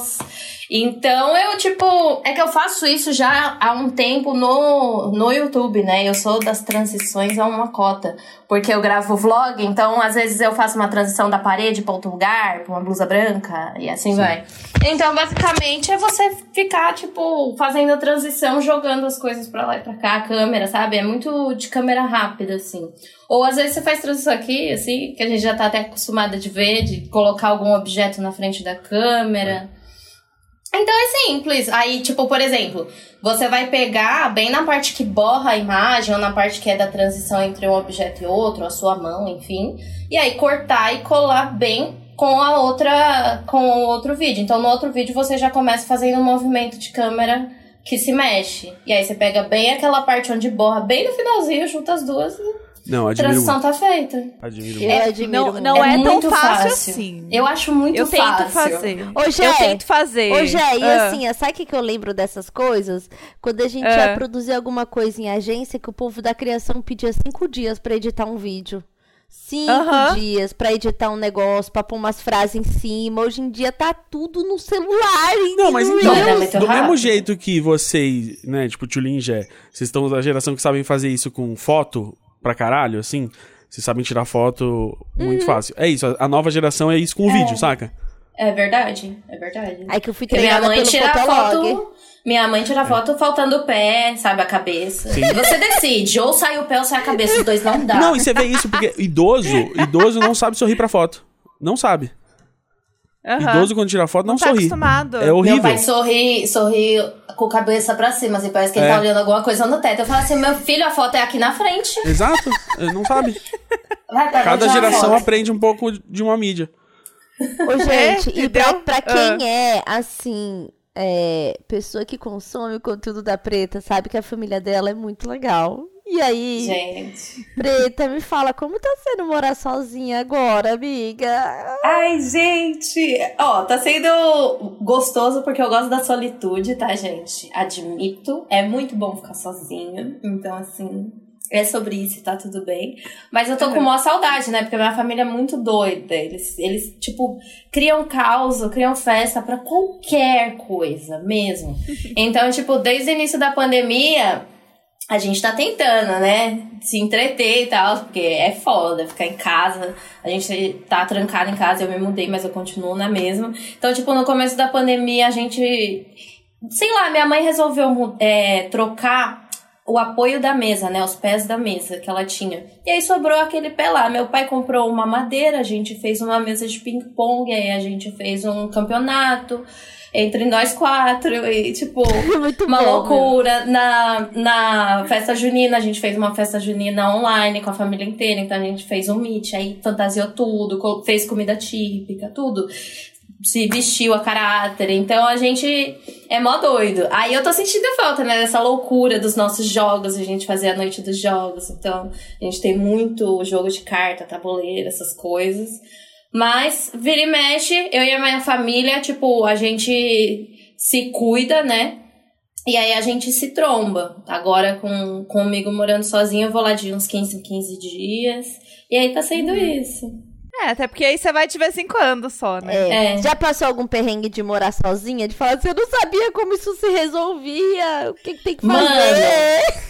Então, é que eu faço isso já há um tempo no YouTube, né? Eu sou das transições a uma cota. Porque eu gravo vlog, então às vezes eu faço uma transição da parede pra outro lugar, pra uma blusa branca, e assim vai. Então, basicamente, é você ficar, tipo, fazendo a transição, jogando as coisas pra lá e pra cá, a câmera, sabe? É muito de câmera rápida, assim. Ou às vezes você faz transição aqui, assim, que a gente já tá até acostumada de ver, de colocar algum objeto na frente da câmera. Então é simples. Aí, tipo, por exemplo, você vai pegar bem na parte que borra a imagem, ou na parte que é da transição entre um objeto e outro, a sua mão, enfim. E aí cortar e colar bem com o outro vídeo. Então no outro vídeo você já começa fazendo um movimento de câmera que se mexe. E aí você pega bem aquela parte onde borra, bem no finalzinho, junta as duas e Não, a admiro transição muito. tá feita. Admiro Eu muito. admiro Não, muito. não é tão muito fácil assim. Eu acho muito Eu fácil. tento fazer. Ô, Gé, Eu tento fazer. Ô, Gé, e Ah. assim, sabe o que eu lembro dessas coisas? Quando a gente Ah. ia produzir alguma coisa em agência, que o povo da criação pedia 5 dias pra editar um vídeo. 5 Aham. dias pra editar um negócio, pra pôr umas frases em cima. Hoje em dia tá tudo no celular. Não, mas no então, Reels. é muito do mesmo rápido. jeito que vocês, né, tipo, Tchulin e Gé, vocês estão da geração que sabem fazer isso com foto pra caralho, assim, vocês sabem tirar foto muito fácil. É isso, a nova geração é isso com o vídeo, saca? É verdade, é verdade. Aí que eu fui Porque minha treinada mãe pelo tira Fotolog. foto. Minha mãe tira foto faltando o pé, sabe, a cabeça. Sim. E você decide, ou sai o pé ou sai a cabeça, os dois não dá. Não, e você vê isso, porque idoso não sabe sorrir pra foto. Não sabe. Aham. Idoso, quando tira foto, não tá sorri. acostumado. É horrível. Meu pai sorri com a cabeça pra cima, assim, parece que ele tá olhando alguma coisa no teto. Eu falo assim, meu filho, a foto é aqui na frente. Exato, ele não sabe. Vai, pai, Cada vou tirar geração foto. aprende um pouco de uma mídia. Ô, gente, e entendeu? pra quem é, assim, pessoa que consome o conteúdo da Preta, sabe que a família dela é muito legal. E aí, Gente. Preta, me fala, como tá sendo morar sozinha agora, amiga? Ai, gente. Ó, tá sendo gostoso porque eu gosto da solitude, tá, gente? Admito. É muito bom ficar sozinha. Então, assim, é sobre isso e tá tudo bem. Mas eu tô com maior saudade, né? Porque minha família é muito doida. Eles tipo, criam caos, criam festa pra qualquer coisa mesmo. Então, tipo, desde o início da pandemia, a gente tá tentando, né? Se entreter e tal, porque é foda ficar em casa. A gente tá trancado em casa, eu me mudei, mas eu continuo na mesma. Então, tipo, no começo da pandemia, a gente... Sei lá, minha mãe resolveu trocar o apoio da mesa, né? Os pés da mesa que ela tinha. E aí sobrou aquele pé lá. Meu pai comprou uma madeira, a gente fez uma mesa de ping-pong, aí a gente fez um campeonato entre nós 4 e, tipo, Muito uma bom, loucura. Na festa junina, a gente fez uma festa junina online com a família inteira, então a gente fez um meet, aí fantasiou tudo, fez comida típica, tudo. Se vestiu a caráter, então a gente é mó doido. Aí eu tô sentindo falta, né, dessa loucura dos nossos jogos, a gente fazer a noite dos jogos, então a gente tem muito jogo de carta, tabuleiro, essas coisas. Mas, vira e mexe, eu e a minha família, tipo, a gente se cuida, né? E aí a gente se tromba. Agora, comigo morando sozinha, eu vou lá de uns 15 em 15 dias. E aí tá sendo isso. Até porque aí você vai de vez em quando só, né? Já passou algum perrengue de morar sozinha? De falar assim, eu não sabia como isso se resolvia, o que tem que fazer? Mano,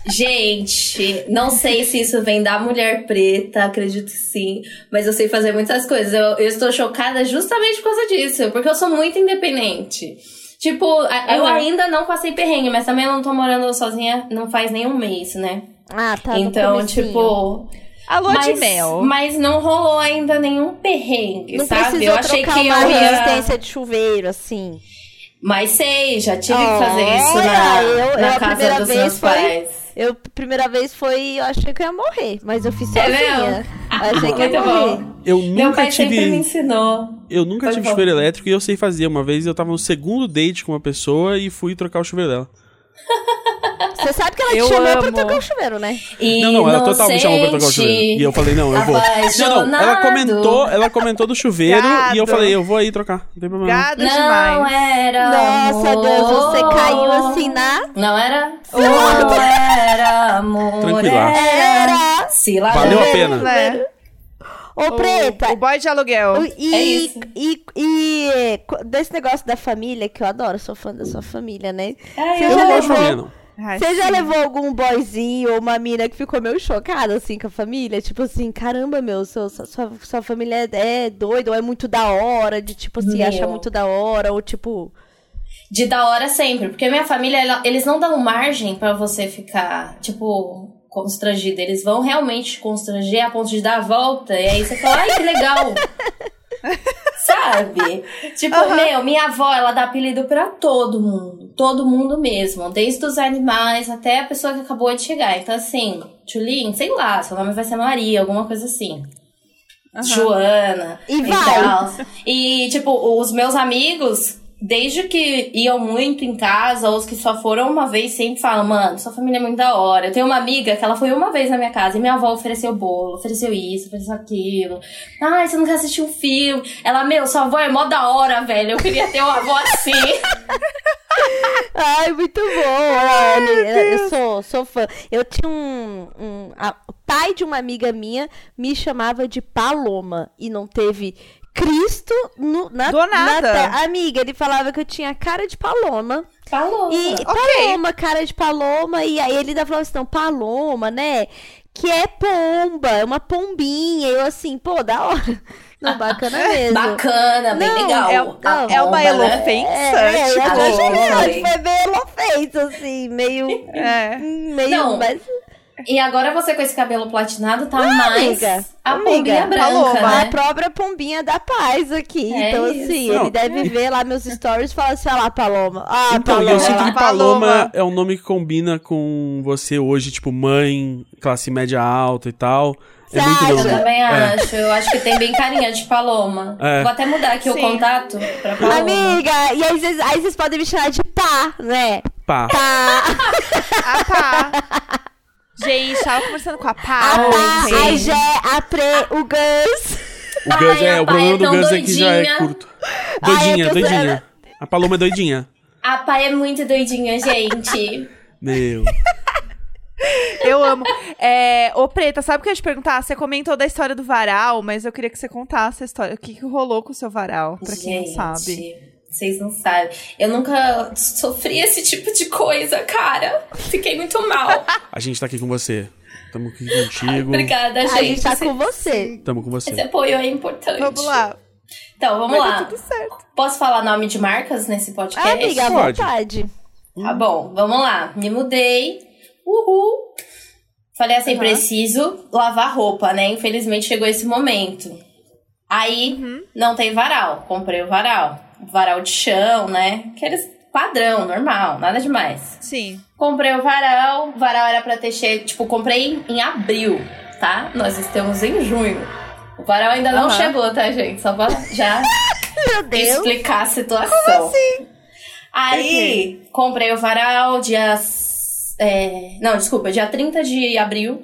gente, não sei se isso vem da mulher preta, acredito que sim, mas eu sei fazer muitas coisas. Eu estou chocada justamente por causa disso, porque eu sou muito independente. Tipo, eu ainda não passei perrengue, mas também eu não tô morando sozinha não faz nem um mês, né? Ah, tá. Então, tipo... A lua de mel. Mas não rolou ainda nenhum perrengue, não sabe? precisou Eu achei trocar que uma eu ia... resistência de chuveiro, assim. Mas sei, já tive que fazer isso eu na a casa primeira dos vez meus pais. Primeira vez eu achei que eu ia morrer, mas eu fiz sozinha. mesmo? Eu achei que ia Muito morrer. bom. Eu Meu nunca pai sempre me ensinou. Eu nunca tive chuveiro elétrico e eu sei fazer. Uma vez eu tava no segundo date com uma pessoa e fui trocar o chuveiro dela. Você sabe que ela te chamou pra trocar o chuveiro, né? Não, ela totalmente chamou pra trocar o chuveiro. E eu falei, não, eu vou. Não, ela comentou do chuveiro e eu falei, eu vou aí trocar. Não tem problema. Gado Não demais. era Nossa, amor. Deus, você caiu assim na... Não era? Não era amor. Tranquila. Era... Se lá Valeu a pena. Né? Ô, Preta... O boy de aluguel. É isso. E desse negócio da família, que eu adoro, sou fã da sua família, né? Ai, Você Eu já não gosto de levou- família, não. Ai, Você já sim. levou algum boyzinho ou uma mina que ficou meio chocada, assim, com a família? Tipo assim, caramba, meu, sua família é doida, ou é muito da hora, de tipo assim, Meu. achar muito da hora, ou tipo... De da hora sempre. Porque minha família, eles não dão margem pra você ficar, tipo, constrangido. Eles vão realmente te constranger a ponto de dar a volta. E aí você fala, ai, que legal. Sabe? Tipo, minha avó, ela dá apelido pra todo mundo. Todo mundo mesmo. Desde os animais até a pessoa que acabou de chegar. Então, assim, Tchulin, sei lá, seu nome vai ser Maria, alguma coisa assim. Joana. E vai. tal. E, tipo, os meus amigos, desde que iam muito em casa, ou os que só foram uma vez, sempre falam, mano, sua família é muito da hora. Eu tenho uma amiga que ela foi uma vez na minha casa e minha avó ofereceu bolo, ofereceu isso, ofereceu aquilo. Ai, você não quer assistir um filme? Ela, meu, sua avó é mó da hora, velho. Eu queria ter uma avó assim. Ai, muito bom. Olha, eu sou fã. Eu tinha o pai de uma amiga minha me chamava de Paloma e não teve Cristo na Do nada. amiga, ele falava que eu tinha cara de Paloma. Falou. E Paloma, cara de Paloma. E aí ele ainda falava assim, não, Paloma, né? Que é pomba, é uma pombinha. Eu assim, pô, da hora. Não, bacana mesmo. Bacana, bem legal. É uma elofensa. Eu Adorei. acho que foi bem elofensa, assim, meio... Não, mas... E agora você com esse cabelo platinado tá mais amiga, a pombinha branca, Paloma, A né? própria pombinha da paz aqui. É então, isso. assim, Não. ele deve ver lá meus stories e falar assim, olha lá, Paloma. Ah, Então, Paloma. e eu sinto que Paloma. Paloma é um nome que combina com você hoje, tipo, mãe, classe média alta e tal. É muito Sabe? Eu nome. também acho. Eu acho que tem bem carinha de Paloma. É. Vou até mudar aqui o Sim. contato pra Paloma. Amiga, e aí vocês podem me chamar de pá, né? Pá. Pá. A Pá. Gente, tava conversando com a Pá A Pá, a ontem. Gé, a Pre, o Gus. O Gus Ai, a o Pá problema é do tão Gus é que já é doidinha. curto. Doidinha, eu tô- doidinha. A Paloma é doidinha. A pai é muito doidinha, gente. Meu. Eu amo. Ô, Preta, sabe o que eu ia te perguntar? Você comentou da história do varal, mas eu queria que você contasse a história. O que rolou com o seu varal, pra quem não sabe. Vocês não sabem. Eu nunca sofri esse tipo de coisa, cara. Fiquei muito mal. A gente tá aqui com você. Tamo aqui contigo. Obrigada, gente. A gente tá com você. Tamo com você. Esse apoio é importante. Vamos lá. Então, vamos Vai lá. dar tudo certo. Posso falar nome de marcas nesse podcast? Amiga, à Pode. vontade. Tá bom, vamos lá. Me mudei. Uhul. Falei assim, preciso lavar roupa, né? Infelizmente chegou esse momento. Aí, não tem varal. Comprei o varal. Varal de chão, né? Aqueles padrão, normal, nada demais. Sim. Comprei o varal. O varal era pra ter cheio... Tipo, comprei em abril, tá? Nós estamos em junho. O varal ainda não chegou, tá, gente? Só pra já Meu Deus. explicar a situação. Como assim? Aí, comprei o varal dia 30 de abril.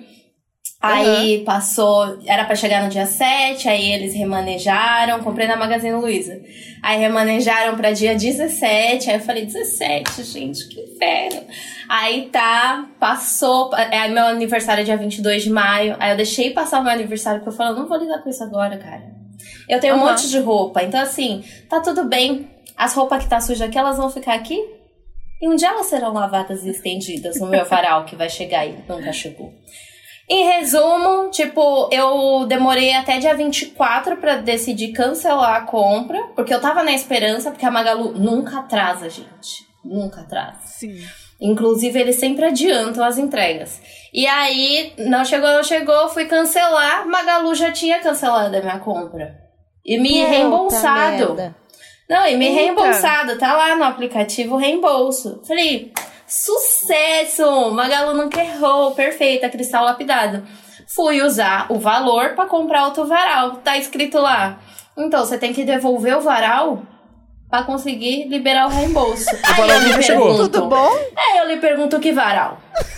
Aí passou, era pra chegar no dia 7, aí eles remanejaram, comprei na Magazine Luiza. Aí remanejaram pra dia 17, aí eu falei, 17, gente, que inferno. Aí tá, passou, meu aniversário é dia 22 de maio, aí eu deixei passar o meu aniversário, porque eu falei, não vou lidar com isso agora, cara. Eu tenho um monte de roupa, então assim, tá tudo bem, as roupas que tá sujas aqui, elas vão ficar aqui, e um dia elas serão lavadas e estendidas no meu varal, que vai chegar e nunca chegou. Em resumo, tipo, eu demorei até dia 24 pra decidir cancelar a compra, porque eu tava na esperança, porque a Magalu nunca atrasa, gente. Nunca atrasa. Sim. Inclusive, eles sempre adiantam as entregas. E aí, não chegou, fui cancelar, Magalu já tinha cancelado a minha compra. E me Puta reembolsado. merda. Não, e me Eita. reembolsado, tá lá no aplicativo reembolso. Falei, sucesso! Magalu nunca errou, perfeita, cristal lapidado. Fui usar o valor pra comprar outro varal. Tá escrito lá. Então, você tem que devolver o varal pra conseguir liberar o reembolso. Aí varal eu lhe nunca chegou. pergunto, Tudo bom? eu lhe pergunto que varal.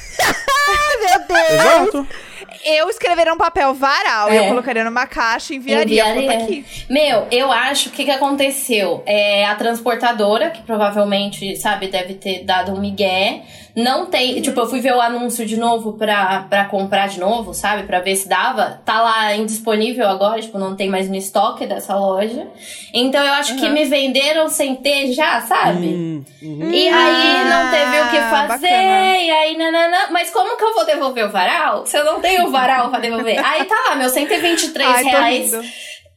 Meu Deus. Exato. Eu escreveria um papel varal, eu colocaria numa caixa e enviaria. Falando aqui. Meu, eu acho que aconteceu? A transportadora, que provavelmente, sabe, deve ter dado um migué. Não tem, tipo, eu fui ver o anúncio de novo pra comprar de novo, sabe? Pra ver se dava. Tá lá indisponível agora, tipo, não tem mais no estoque dessa loja. Então eu acho que me venderam sem ter já, sabe? E aí não teve o que fazer, bacana. e aí nananã. Mas como que eu vou devolver o varal? Se eu não tenho o varal pra devolver. Aí tá lá, meus 123 Ai, tô reais. rindo.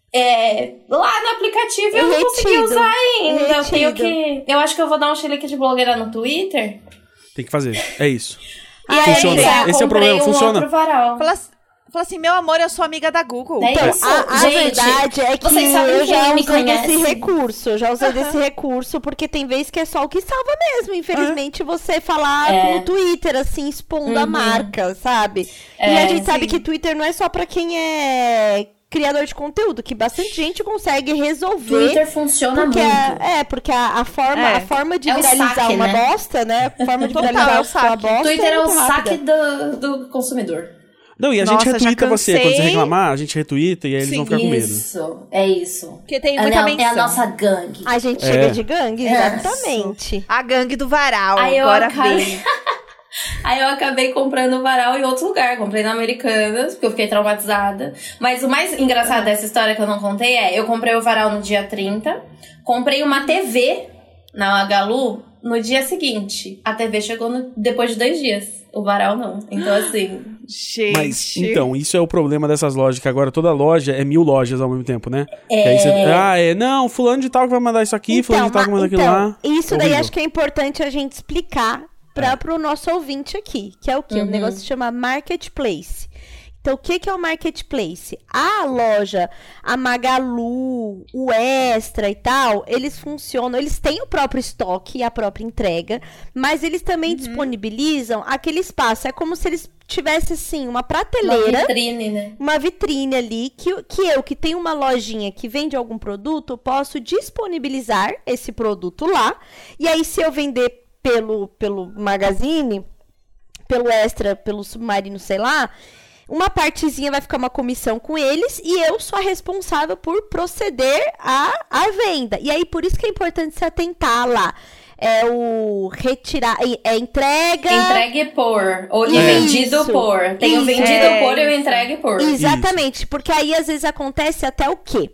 Lá no aplicativo eu não consegui Retido. usar ainda. Eu tenho Retido. que. Eu acho que eu vou dar um chilique de blogueira no Twitter. Tem que fazer. É isso. E aí, Funciona. eu Esse é o comprei problema, funciona. Outro varal. Fala assim, meu amor, eu sou amiga da Google. É Então, isso. a Gente, verdade é que vocês sabem eu já quem me usei desse conhece. recurso. Eu já usei desse recurso, porque tem vezes que é só o que salva mesmo. Infelizmente, você falar no Twitter, assim, expondo a marca, sabe? E a gente sabe que Twitter não é só pra quem é criador de conteúdo, que bastante gente consegue resolver. Twitter funciona Porque muito. porque a forma de É o viralizar saque, uma né? bosta, né? A forma de Total, viralizar é o uma saque. bosta. Twitter é o muito rápida. saque do consumidor. Não, e a Nossa, gente já retuita você. Quando você cansei. reclamar, a gente retuita e aí eles vão ficar com medo. Isso, é isso. Porque tem muita É a menção. nossa gangue. A gente chega de gangue, É. exatamente. A gangue do varal, Aí eu agora acabei- vem. Aí eu acabei comprando o varal em outro lugar. Comprei na Americanas, porque eu fiquei traumatizada. Mas o mais engraçado dessa história que eu não contei eu comprei o varal no dia 30. Comprei uma TV na Magalu no dia seguinte. A TV chegou depois de 2 dias. O varal não. Então, assim, Gente. Mas, então, isso é o problema dessas lojas, que agora toda loja é 1000 lojas ao mesmo tempo, né? Que aí você, não, fulano de tal que vai mandar isso aqui, fulano de tal que vai mandar aquilo lá. Isso daí acho que é importante a gente explicar pro nosso ouvinte aqui, que é o quê? Um negócio que se chama Marketplace. Então, o que é o Marketplace? A loja, a Magalu, o Extra e tal, eles funcionam, eles têm o próprio estoque e a própria entrega, mas eles também disponibilizam aquele espaço. É como se eles tivessem, assim, uma prateleira. Uma vitrine, né? Uma vitrine ali, que eu, que tenho uma lojinha que vende algum produto, posso disponibilizar esse produto lá. E aí, se eu vender pelo Magazine, pelo Extra, pelo Submarino, sei lá, uma partezinha vai ficar uma comissão com eles e eu sou a responsável por proceder à venda. E aí, por isso que é importante se atentar lá. É o retirar, é entrega... Entregue por, ou e vendido por. Tem o vendido por e o entregue por. Exatamente, porque aí às vezes acontece até o quê?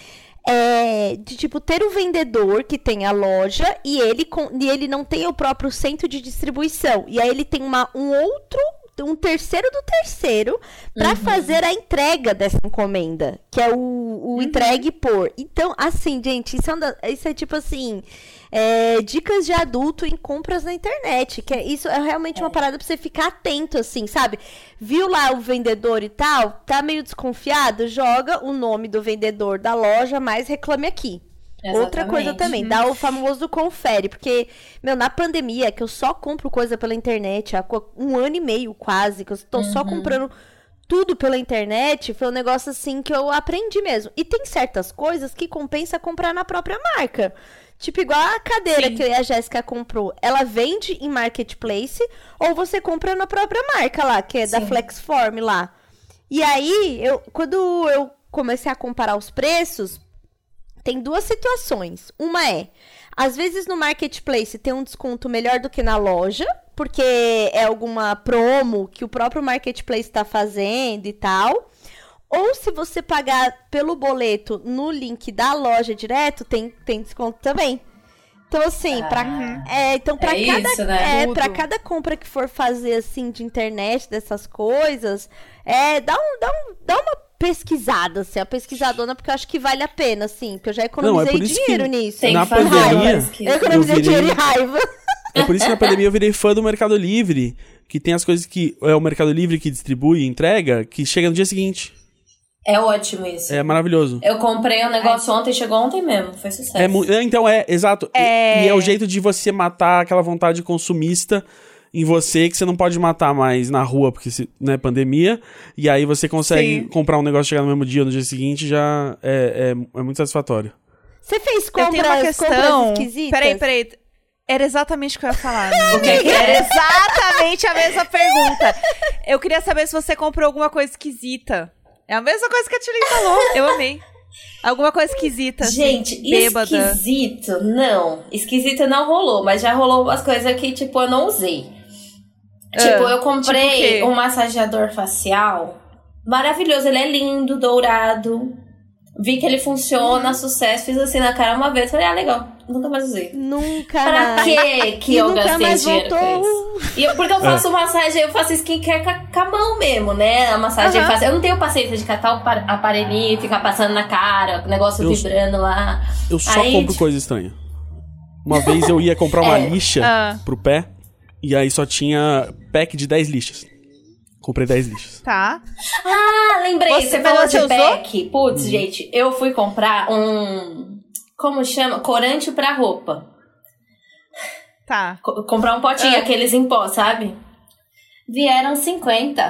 De tipo, ter o vendedor que tem a loja e ele não tem o próprio centro de distribuição. E aí ele tem um terceiro do terceiro para fazer a entrega dessa encomenda, que é o entregue por. Então, assim, gente, isso é tipo assim, dicas de adulto em compras na internet, isso é realmente uma parada pra você ficar atento, assim, sabe? Viu lá o vendedor e tal, tá meio desconfiado, joga o nome do vendedor da loja, mas reclame aqui. Exatamente. Outra coisa também, dá o famoso confere, porque, na pandemia, que eu só compro coisa pela internet, há 1 ano e meio quase, que eu tô só comprando tudo pela internet, foi um negócio assim que eu aprendi mesmo. E tem certas coisas que compensa comprar na própria marca. Tipo, igual a cadeira que a Jéssica comprou, ela vende em Marketplace, ou você compra na própria marca lá, que é da Flexform lá. E aí, quando eu comecei a comparar os preços, tem 2 situações. Uma às vezes no Marketplace tem um desconto melhor do que na loja, porque é alguma promo que o próprio Marketplace está fazendo e tal. Ou se você pagar pelo boleto no link da loja direto, tem desconto também. Então, assim, pra cada compra que for fazer, assim, de internet, dessas coisas, dá uma pesquisada, assim, a pesquisadona, porque eu acho que vale a pena, assim, porque eu já economizei dinheiro nisso. Na pandemia, eu economizei dinheiro e raiva. É por isso que na pandemia eu virei fã do Mercado Livre, que tem as coisas que é o Mercado Livre que distribui e entrega, que chega no dia seguinte. É ótimo isso. É maravilhoso. Eu comprei um negócio ontem, chegou ontem mesmo, foi sucesso. Exato. E é o jeito de você matar aquela vontade consumista em você, que você não pode matar mais na rua, porque é pandemia, e aí você consegue comprar um negócio, chegar no mesmo dia, no dia seguinte, já é muito satisfatório. Você fez compras esquisitas? Peraí. Era exatamente o que eu ia falar. Era exatamente a mesma pergunta. Eu queria saber se você comprou alguma coisa esquisita. É a mesma coisa que a Tilly falou. Eu amei. Alguma coisa esquisita, gente, assim, bêbada. Esquisito não rolou, mas já rolou umas coisas que, tipo, eu não usei. Tipo, eu comprei um massageador facial maravilhoso, ele é lindo, dourado. Vi que ele funciona, sucesso, fiz assim na cara uma vez, falei, legal, nunca mais usei. Pra que eu gastei dinheiro com isso? Porque eu faço massagem, eu faço skincare com a mão mesmo, né? A massagem eu faço. Eu não tenho paciência de catar o aparelhinho e ficar passando na cara, o negócio vibrando lá. Eu só compro coisa estranha. Uma vez eu ia comprar uma lixa pro pé, e aí só tinha pack de 10 lixas. Comprei 10 lixas. Tá. Lembrei. Você falou de pack. Putz, gente, eu fui comprar como chama? Corante pra roupa. Tá. Comprar um potinho, aqueles em pó, sabe? Vieram 50.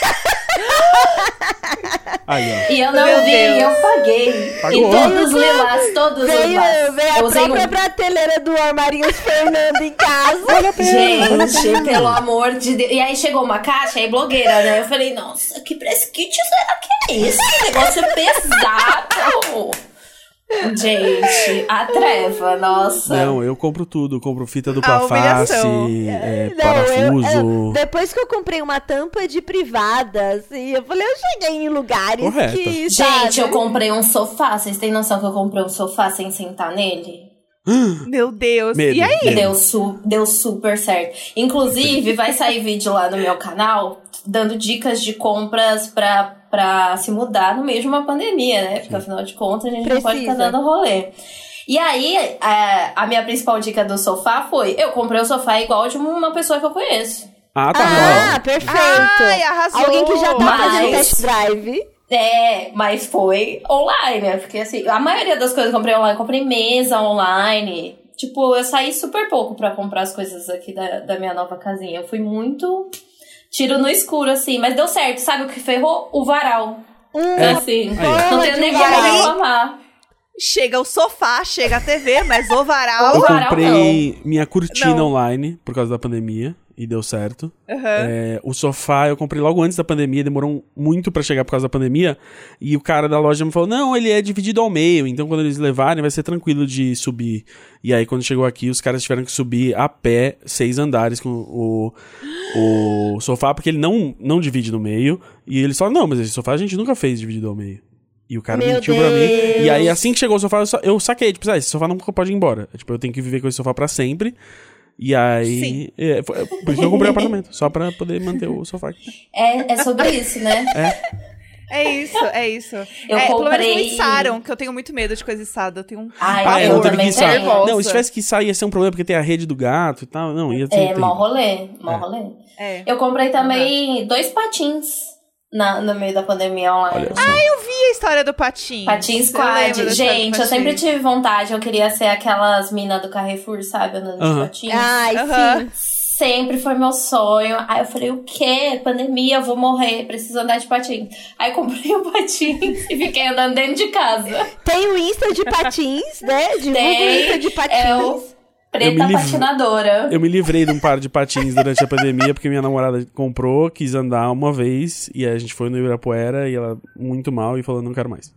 Aí, ó. E eu não vi, eu paguei. Pagou. E todos todos veio a própria prateleira do Armarinhos Fernando em casa. Gente, pelo amor de Deus. E aí chegou uma caixa, aí blogueira, né? Eu falei, nossa, que press kit será que é esse? Esse negócio é pesado. Gente, a treva, nossa. Não, eu compro tudo. Eu compro fita dupla face, parafuso. Depois que eu comprei uma tampa de privada, assim, eu falei, eu cheguei em lugares que... Gente, eu comprei um sofá. Vocês têm noção que eu comprei um sofá sem sentar nele? Meu Deus. Medo, E aí? medo. Deu super certo. Inclusive, vai sair vídeo lá no meu canal dando dicas de compras pra se mudar no meio de uma pandemia, né? Porque afinal de contas a gente não pode ficar dando rolê. E aí, a minha principal dica do sofá foi: eu comprei o sofá igual de uma pessoa que eu conheço. Ah, tá. Ah, perfeito. Ai, arrasou. Alguém que já tá fazendo Mas- test drive. Mas foi online, né? Porque assim, a maioria das coisas que eu comprei online, eu comprei mesa online. Tipo, eu saí super pouco pra comprar as coisas aqui da minha nova casinha. Eu fui muito tiro no escuro, assim, mas deu certo. Sabe o que ferrou? O varal. Assim, não tenho nem como reclamar. Chega o sofá, chega a TV, mas o varal... Eu varal comprei minha cortina Não. online por causa da pandemia e deu certo. Aham. O sofá eu comprei logo antes da pandemia, demorou muito pra chegar por causa da pandemia. E o cara da loja me falou: não, ele é dividido ao meio, então quando eles levarem vai ser tranquilo de subir. E aí quando chegou aqui, os caras tiveram que subir a pé 6 andares com o sofá, porque ele não divide no meio. E eles falaram: não, mas esse sofá a gente nunca fez dividido ao meio. E o cara Meu mentiu pra mim. Deus. E aí, assim que chegou o sofá, eu saquei. Tipo, esse sofá nunca pode ir embora. Tipo, eu tenho que viver com esse sofá pra sempre. E aí... Sim. Por isso que eu comprei o apartamento. Só pra poder manter o sofá aqui. É sobre isso, né? É isso. Eu Pelo menos não comprei- içaram, que eu tenho muito medo de coisa içada. Eu tenho um... Ai, não eu teve que também içar. tenho. nervosa. Não, se tivesse que içar ia ser um problema, porque tem a rede do gato e tal. Não, ia ter... Mó rolê, mó rolê. É. Eu comprei também 2 patins no meio da pandemia online. Olha só. Eu vi a história do patins. Patins Eu lembro quad. da história do Gente, eu sempre patins. tive vontade. Eu queria ser aquelas minas do Carrefour, sabe? Andando de Aham. patins. Ai, Aham. sim. Sempre foi meu sonho. Aí eu falei: o quê? Pandemia, eu vou morrer. Preciso andar de patins. Aí eu comprei o patins e fiquei andando dentro de casa. Tem o Insta de patins, né? Divulga o Tem. Insta de patins. É o Preta Patinadora. Eu me livrei de um par de patins durante a pandemia, porque minha namorada comprou, quis andar uma vez, e aí a gente foi no Ibirapuera, e ela muito mal, e falou: não quero mais.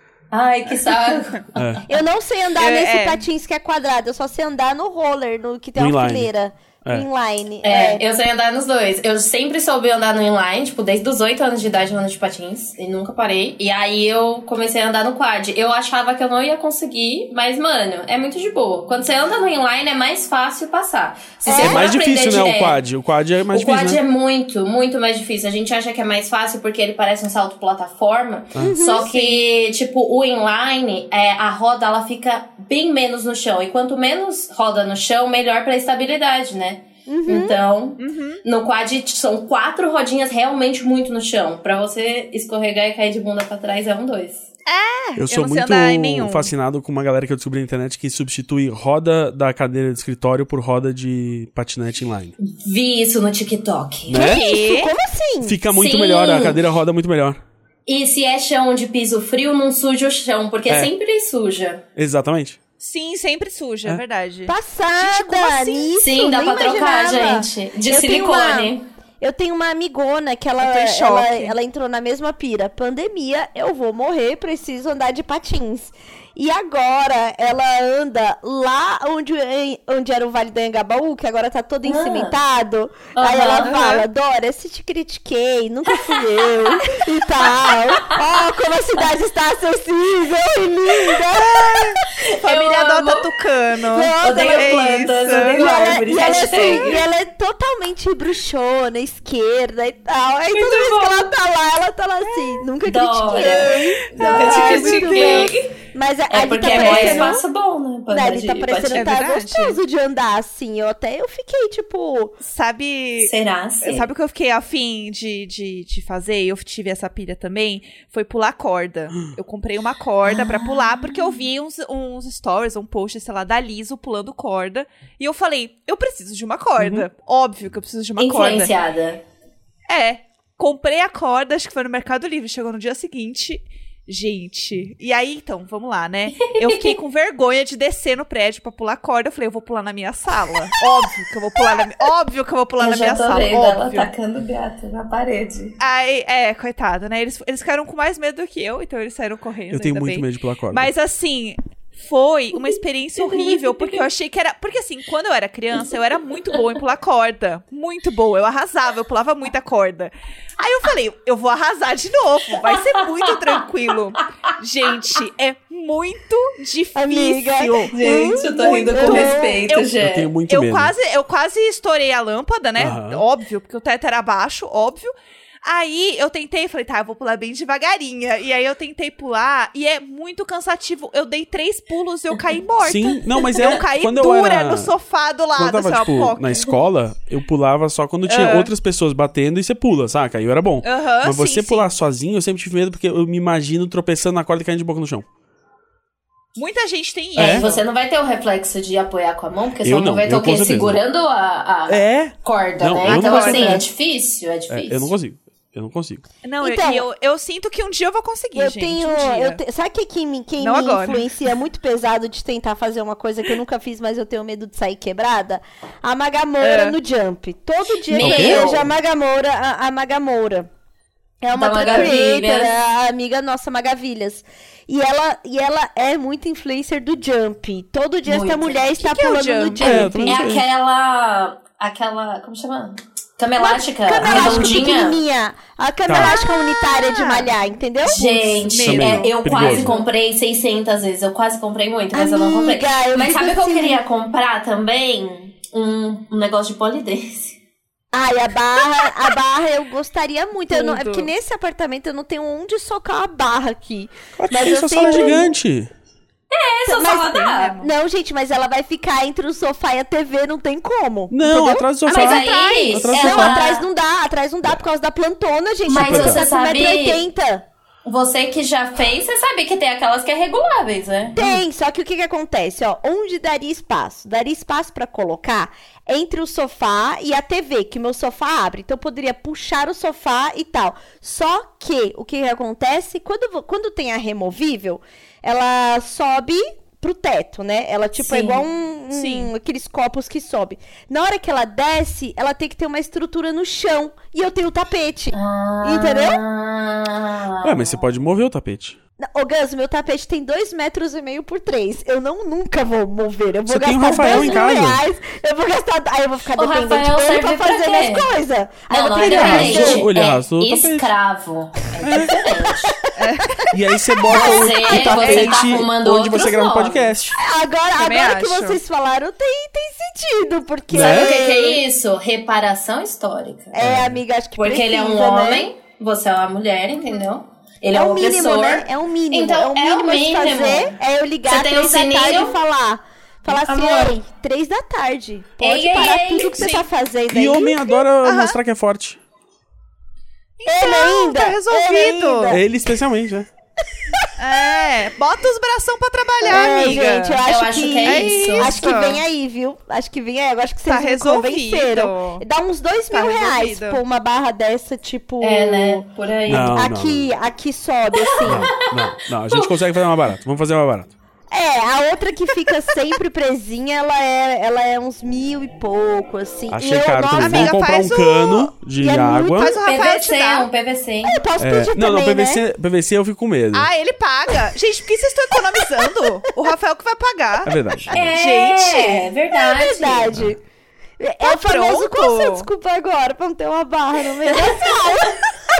Ai, que saco. Eu não sei andar nesse é. patins que é quadrado, eu só sei andar no roller, no que tem No uma inline. fileira. É. Inline. Eu sei andar nos dois. Eu sempre soube andar no inline, tipo, desde os 8 anos de idade eu ando de patins. E nunca parei. E aí eu comecei a andar no quad. Eu achava que eu não ia conseguir, mas, mano, é muito de boa. Quando você anda no inline, é mais fácil passar. Se você É for mais aprender difícil, né, direto- o quad. O quad é mais O quad difícil, é né? muito, muito mais difícil. A gente acha que é mais fácil porque ele parece um salto plataforma. Só que, tipo, o inline, a roda, ela fica bem menos no chão. E quanto menos roda no chão, melhor pra estabilidade, né? Então, no quad são 4 rodinhas realmente muito no chão. Pra você escorregar e cair de bunda pra trás é 2. Eu sou não sei muito andar em nenhum. fascinado com uma galera que eu descobri na internet que substitui roda da cadeira de escritório por roda de patinete inline. Vi isso no TikTok. Né? Isso, como assim? Fica muito Sim. melhor, a cadeira roda muito melhor. E se é chão de piso frio, não suja o chão, porque É. sempre suja. Exatamente. Sim, sempre suja, é verdade. Passada Gente, como assim? nisso, Sim, dá nem pra trocar, imaginava. gente. De Eu tenho silicone. Eu tenho uma amigona que Eu tô em ela, choque. ela entrou na mesma pira. Pandemia, eu vou morrer, preciso andar de patins. E agora ela anda lá onde era o Vale do Anhangabaú, que agora tá todo encimentado. Aí ela fala: Dora, se te critiquei, nunca fui eu e tal. Ó, como a cidade está acessível e linda. Família Eu amo. adota tucano. Odeio É plantas, isso. odeio árvores. E ela, Hashtag. e ela é totalmente bruxona, esquerda e tal. Aí Muito toda vez bom. que ela tá lá assim, nunca Dora. critiquei. Nunca te Ai, muito critiquei. bom. Mas É ali porque tá é mais parecendo... espaço bom, né? pra andar Ali tá de parecendo patins. que tá verdade. gostoso de andar, assim. Eu fiquei, tipo... Sabe... Será? Sim. Sabe o que eu fiquei afim de fazer? Eu tive essa pilha também. Foi pular corda. Eu comprei uma corda pra pular, porque eu vi uns stories, um post, sei lá, da Liso pulando corda. E eu falei, eu preciso de uma corda. Óbvio que eu preciso de uma corda. Influenciada. Comprei a corda, acho que foi no Mercado Livre. Chegou no dia seguinte... Gente, e aí então, vamos lá, né? Eu fiquei com vergonha de descer no prédio pra pular corda. Eu falei, eu vou pular na minha sala. Óbvio que eu vou pular na Eu já minha tô sala, vendo ela óbvio. tacando gato na parede. Aí, coitado, né? Eles ficaram com mais medo do que eu, então eles saíram correndo. Eu tenho ainda muito bem. medo de pular corda. Mas assim, Foi uma experiência horrível, porque eu achei que era... Porque assim, quando eu era criança, eu era muito boa em pular corda. Muito boa, eu arrasava, eu pulava muita corda. Aí eu falei, eu vou arrasar de novo, vai ser muito tranquilo. Gente, é muito difícil. Amiga, Gente, eu tô rindo com respeito, gente. Eu tenho muito medo. Eu quase estourei a lâmpada, né? Aham. Óbvio, porque o teto era baixo, óbvio. Aí eu tentei, falei, tá, eu vou pular bem devagarinho. E aí eu tentei pular e é muito cansativo. Eu dei 3 pulos e eu caí morta. Sim, não, mas Eu caí quando dura eu era... no sofá do Quando lado, eu tava, assim, ó, tipo, POC. na escola, eu pulava só quando tinha outras pessoas batendo e você pula, saca? Aí eu era bom. Aham, Mas você sim, pular sozinho, eu sempre tive medo porque eu me imagino tropeçando na corda e caindo de boca no chão. Muita gente tem isso. É, você não vai ter o reflexo de apoiar com a mão, porque Eu só não, vai ter eu o quê? com certeza. Segurando a corda, Não, eu né? não Então, consigo. assim, é difícil, é difícil. Eu não consigo. Eu não consigo. Não, Então, eu sinto que um dia eu vou conseguir, Eu gente. tenho. Um dia. Sabe quem me Não agora. influencia muito pesado de tentar fazer uma coisa que eu nunca fiz, mas eu tenho medo de sair quebrada? A Magamoura no Jump. Todo dia Meu. eu vejo a Magamoura. É uma Da outra Magavilhas. creator, a amiga nossa, Magavilhas. E ela é muito influencer do Jump. Todo dia essa Muito. mulher está que é o pulando no Jump? eu Jump. também É sei. aquela. Como chama? Cama elástica, Cama elástica redondinha. pequenininha. A cama Tá. elástica unitária de malhar, entendeu? Gente, Também, eu perigoso. quase comprei 600 vezes. Eu quase comprei muito, mas eu não comprei. Amiga, eu Mas fico sabe o que eu assim. queria comprar também? Um negócio de polidense. Ai, a barra eu gostaria muito. Eu não, é Tudo. porque nesse apartamento eu não tenho onde socar a barra aqui. Claro que Mas tem, eu sua sei sala que- gigante. Essa Mas- só dá. Não, gente, mas ela vai ficar entre o sofá e a TV, não tem como. Não, entendeu? atrás do Ah, sofá. mas aí, Atrás do Não, sofá. atrás não dá por causa da plantona, gente. Mas a plantona você tá com sabe- 1,80 m. Você que já fez, você sabe que tem aquelas que é reguláveis, né? Tem, só que o que acontece, ó, onde daria espaço? Daria espaço pra colocar entre o sofá e a TV, que o meu sofá abre. Então eu poderia puxar o sofá e tal. Só que o que acontece, quando tem a removível, ela sobe pro teto, né? Ela, tipo, é Sim. igual Sim. aqueles copos que sobe. Na hora que ela desce, ela tem que ter uma estrutura no chão. E eu tenho o tapete. Entendeu? Ué, mas você pode mover o tapete. Ô, Gans, meu tapete tem 2,5 metros por 3. Eu nunca vou mover. Eu vou Você tem o gastar Rafael 2 em mil casa. reais. Eu vou gastar. Aí eu vou ficar O dependente Rafael dele pra serve pra fazer quê? minhas coisas. Aí eu Não, vou não ter é que arrasou, vender. ele arrastou o tapete. escravo. É diferente. E aí você bota Você o tapete tá fumando onde você outros grava o nomes. podcast. Agora que acho. vocês falaram, tem sentido. Porque Né? Sabe o que é isso? Reparação histórica. amiga, acho que Porque ele é um precisa, né? homem, você é uma mulher, entendeu? Ele é É um o mínimo, opressor. né? É o mínimo. Então, é o mínimo a se mínimo. fazer. É eu ligar Você às tem um 3 da tarde sininho? e falar assim, Amor. ei, 3 da tarde. Pode Ei, parar ei, tudo que você sim. tá fazendo E aí. homem adora mostrar que é forte. Ele ainda. tá resolvido. Ele ainda. Ele especialmente, né? É, bota os bração pra trabalhar, É, amiga. gente, eu acho, acho que, que é isso. Acho que vem aí, viu? Acho que vem aí. Eu acho que vocês Tá me resolvido. convenceram. Dá uns 2 Tá mil reais resolvido. por uma barra dessa, tipo... É, né? Por aí. Não. Aqui sobe, assim. Não, a gente consegue fazer uma barata. Vamos fazer uma barata. É, a outra que fica sempre presinha, ela é uns 1.000 e pouco, assim. Achei e caro nossa, também. Vamos amiga, comprar faz um o- cano de E é muito- água. Faz o Rafael te PVC, dar. um PVC. Eu posso É, pedir não, também, PVC, né? PVC eu fico com medo. Ah, ele paga. Gente, por que vocês estão economizando? O Rafael que vai pagar. É verdade. Gente. É verdade. É verdade. É o famoso, pronto. qual o seu desculpa agora pra não ter uma barra no meio da sala?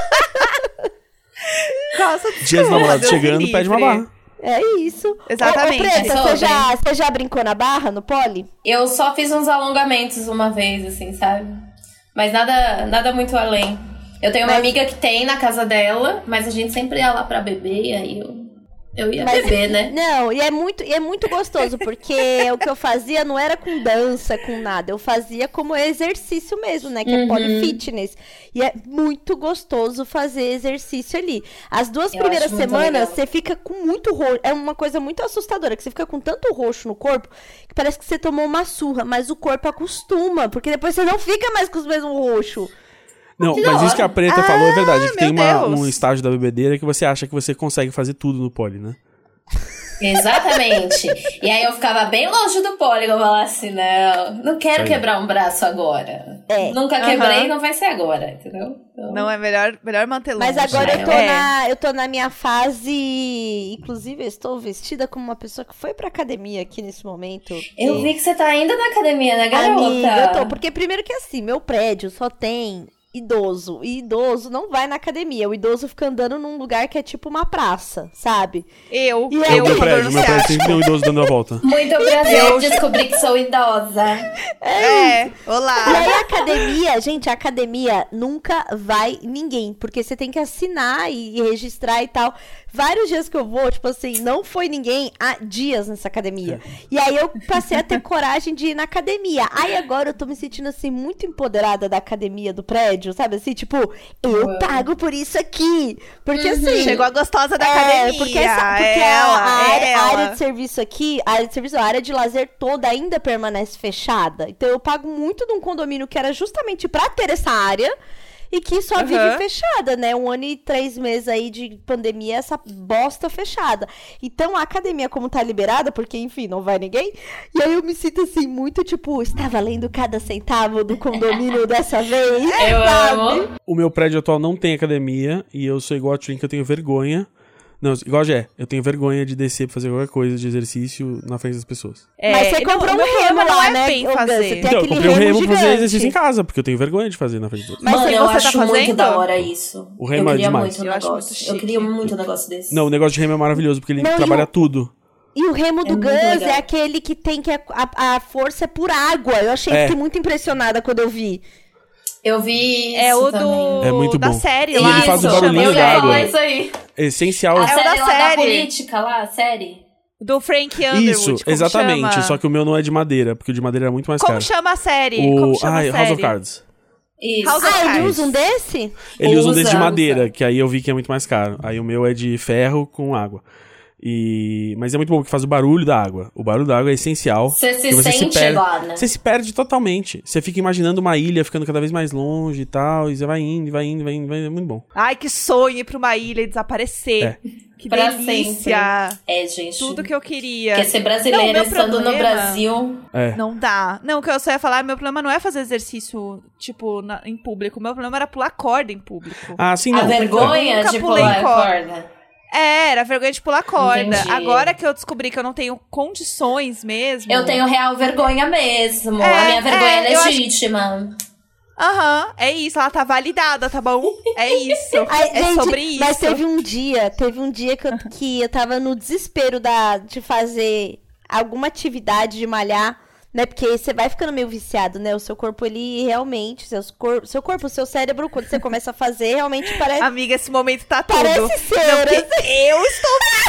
Nossa, Dias dos desculpa, namorados Deus chegando, me pede uma livre. barra. É isso. Exatamente. Ô, Preta, É você já brincou na barra, no pole? Eu só fiz uns alongamentos uma vez, assim, sabe? Mas nada muito além. Eu tenho uma amiga que tem na casa dela, mas a gente sempre ia lá pra beber, e aí eu ia beber, né? Não, e é muito gostoso, porque o que eu fazia não era com dança, com nada. Eu fazia como exercício mesmo, né? Que é polyfitness. E é muito gostoso fazer exercício ali. As 2 Eu primeiras acho muito semanas, legal. você fica com muito roxo. É uma coisa muito assustadora, que você fica com tanto roxo no corpo, que parece que você tomou uma surra, mas o corpo acostuma, porque depois você não fica mais com os mesmos roxos. Não, Que mas da isso que a hora. Preta falou é verdade. Que tem meu Deus. um estágio da bebedeira que você acha que você consegue fazer tudo no pole, né? Exatamente. E aí eu ficava bem longe do polígono, eu falava assim, não quero quebrar um braço agora. Nunca quebrei, não vai ser agora, entendeu? Então... Não, é melhor manter longe. Mas agora eu tô na minha fase... Inclusive, eu estou vestida como uma pessoa que foi pra academia aqui nesse momento. Eu vi que você tá indo na academia, né, garota? Amiga, eu tô. Porque primeiro que assim, meu prédio só tem... idoso. E idoso não vai na academia. O idoso fica andando num lugar que é tipo uma praça, sabe? Eu meu prédio sempre tem um idoso dando a volta. Muito prazer, descobri que sou idosa. Olá. E aí a academia, gente, a academia nunca vai ninguém, porque você tem que assinar e registrar e tal. Vários dias que eu vou, tipo assim, não foi ninguém há dias nessa academia. E aí eu passei a ter coragem de ir na academia. Aí agora eu tô me sentindo assim, muito empoderada da academia do prédio, sabe? Assim, tipo, eu pago por isso aqui. Porque assim... Chegou a gostosa da academia. Porque a área de serviço aqui, a área de lazer toda ainda permanece fechada. Então eu pago muito de um condomínio que era justamente pra ter essa área... E que só vive fechada, né? 1 ano e 3 meses aí de pandemia, essa bosta fechada. Então, a academia, como tá liberada, porque, enfim, não vai ninguém. E aí eu me sinto, assim, muito, tipo, está valendo cada centavo do condomínio dessa vez. Eu amo. O meu prédio atual não tem academia. E eu sou igual a Trin, que eu tenho vergonha. Não, igual a Gé, eu tenho vergonha de descer pra fazer qualquer coisa de exercício na frente das pessoas. Mas você comprou um remo lá, né? Então, eu comprei um remo pra fazer exercício em casa, porque eu tenho vergonha de fazer na frente dos outros. Mano, eu acho tá muito da hora isso. O remo é demais. Eu queria muito um negócio desse. Não, o negócio de remo é maravilhoso, porque ele trabalha tudo. E o remo do Gus é aquele que tem que a força é por água. Eu achei fiquei muito impressionada quando eu vi. Eu vi isso o também. É muito da bom. série E lá. ele faz o barulhinho da água. Isso aí. É essencial. A série da lá série. Da política lá, a série. Do Frank Underwood. Isso, exatamente. Chama? Só que o meu não é de madeira, porque o de madeira é muito mais Como caro. chama a série? House of Cards. Isso. House of Cards. Ele usa um desse? Ele usa um desse de madeira, que aí eu vi que é muito mais caro. Aí o meu é de ferro com água. Mas é muito bom porque faz o barulho da água. O barulho da água é essencial. Você se sente lá, né? Você se perde totalmente. Você fica imaginando uma ilha ficando cada vez mais longe e tal. E você vai indo. É muito bom. Ai, que sonho ir pra uma ilha e desaparecer. Que pra delícia. Sempre. Gente. Tudo que eu queria. Quer ser brasileira estando no Brasil. Não dá. Não, o que eu só ia falar, meu problema não é fazer exercício, tipo, em público. Meu problema era pular corda em público. Ah, sim, não. A vergonha de pular corda. Era vergonha de pular corda. Entendi. Agora que eu descobri que eu não tenho condições mesmo... Eu tenho real vergonha mesmo. A minha vergonha é legítima. É isso. Ela tá validada, tá bom? É isso. Gente, sobre isso. Mas teve um dia que eu tava no desespero de fazer alguma atividade de malhar, né? Porque você vai ficando meio viciado, né? O seu corpo, ele realmente... Seu cérebro, quando você começa a fazer, realmente parece... Amiga, esse momento tá tudo. Parece ser. Eu estou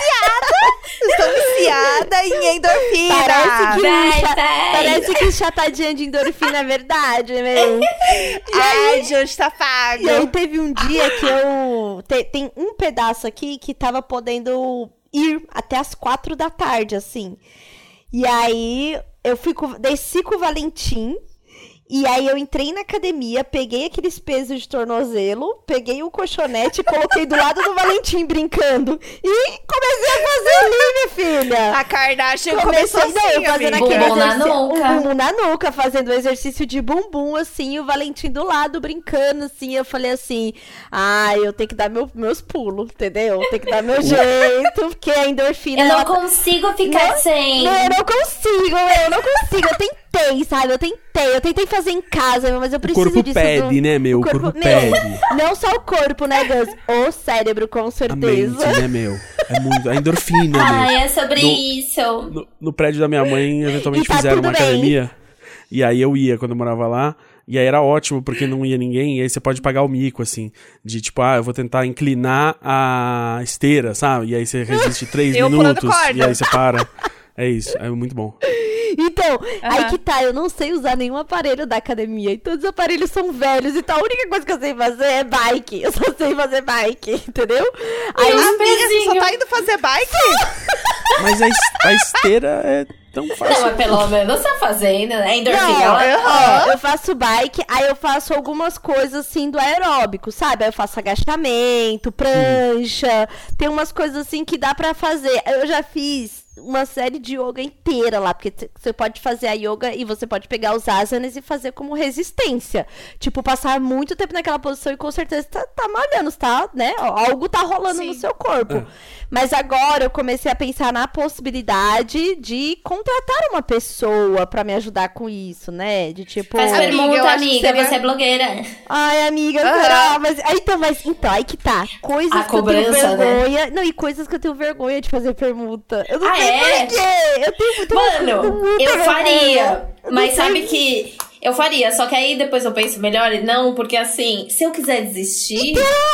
viciada em endorfina. Parece que chatadinha de endorfina é verdade, meu. Ai, Jojo, tá pago. E aí teve um dia que eu... Tem um pedaço aqui que tava podendo ir até as 4 da tarde, assim. E aí... desci com o Valentim, e aí eu entrei na academia, peguei aqueles pesos de tornozelo, peguei o colchonete, coloquei do lado do Valentim brincando, e comecei a fazer ali, minha filha. A Kardashian começou assim, fazendo bumbum na nuca, fazendo o exercício de bumbum, assim, e o Valentim do lado brincando, assim. Eu falei assim, eu tenho que dar meus pulos, entendeu? Tem que dar meu jeito, porque a endorfina... Eu não consigo ficar sem. Eu não consigo, eu tentei, sabe? Eu tentei fazer em casa, mas eu preciso disso. O corpo pede, né, meu? O corpo pede. Não só o corpo, né, Gus? O cérebro, com certeza. A mente, né, meu? É muito... A endorfina, meu. É sobre isso. No prédio da minha mãe, eventualmente fizeram uma academia. E aí eu ia quando eu morava lá. E aí era ótimo, porque não ia ninguém. E aí você pode pagar o mico, assim. De tipo, eu vou tentar inclinar a esteira, sabe? E aí você resiste 3 minutos. E aí você para. É isso, é muito bom. Então, aí que tá, eu não sei usar nenhum aparelho da academia. E todos os aparelhos são velhos. Então a única coisa que eu sei fazer é bike. Eu só sei fazer bike, entendeu? Aí amiga, você só tá indo fazer bike? Mas a esteira Então Não, faça. mas pelo menos tá fazendo, né? Endorfina. Não, eu faço bike, aí eu faço algumas coisas assim do aeróbico, sabe? Aí eu faço agachamento, prancha, tem umas coisas assim que dá pra fazer. Eu já fiz uma série de yoga inteira lá, porque você pode fazer a yoga e você pode pegar os asanas e fazer como resistência. Tipo, passar muito tempo naquela posição e com certeza tá malhando, tá, né? Algo tá rolando no seu corpo. Mas agora eu comecei a pensar na possibilidade de contratar uma pessoa pra me ajudar com isso, né? De tipo... Faz Amiga, eu pergunta, acho que amiga, seria- você é blogueira. Ai, amiga, será? Mas, então, aí que tá. Coisas A que eu tenho cobrança, né? vergonha. Não, e coisas que eu tenho vergonha de fazer permuta. Eu não Ah, sei é? por quê. Eu tenho muita Mano, muita eu vergonha. faria. Eu Mas não sabe sei. que eu faria, só que aí depois eu penso melhor e não, porque assim, se eu quiser desistir,